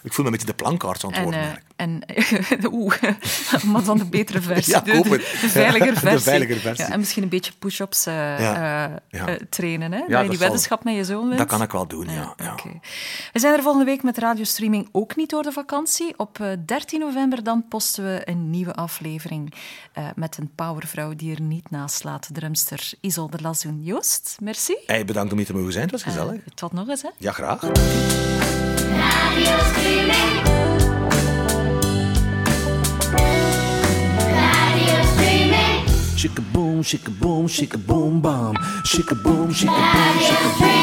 Ik voel me een beetje de plankaarts aan het En, worden. uh, eigenlijk. en oeh, maar dan de betere versie. Ja, de, hoop de, het. de veiliger versie. De veiliger versie. Ja, en misschien een beetje push-ups uh, Ja. uh, Ja. uh, trainen. Hè? Ja, dat je dat die zal- weddenschap met je zoon wint. Dat kan ik wel doen, ja. ja. Okay. We zijn er volgende week met radiostreaming ook niet door de vakantie. Op uh, dertien november dan posten we een nieuwe aflevering uh, met een powervrouw die er niet naast laat. Drumster Isolde Lazoen. Joost, merci. Hey, bedankt om hier te mogen zijn, het was gezellig. Uh, tot nog eens, hè. Ja, graag. Radiostreaming. Radiostreaming. Shika boom, shika boom, shika boom, bam. Shika boom, shika boom, shika boom.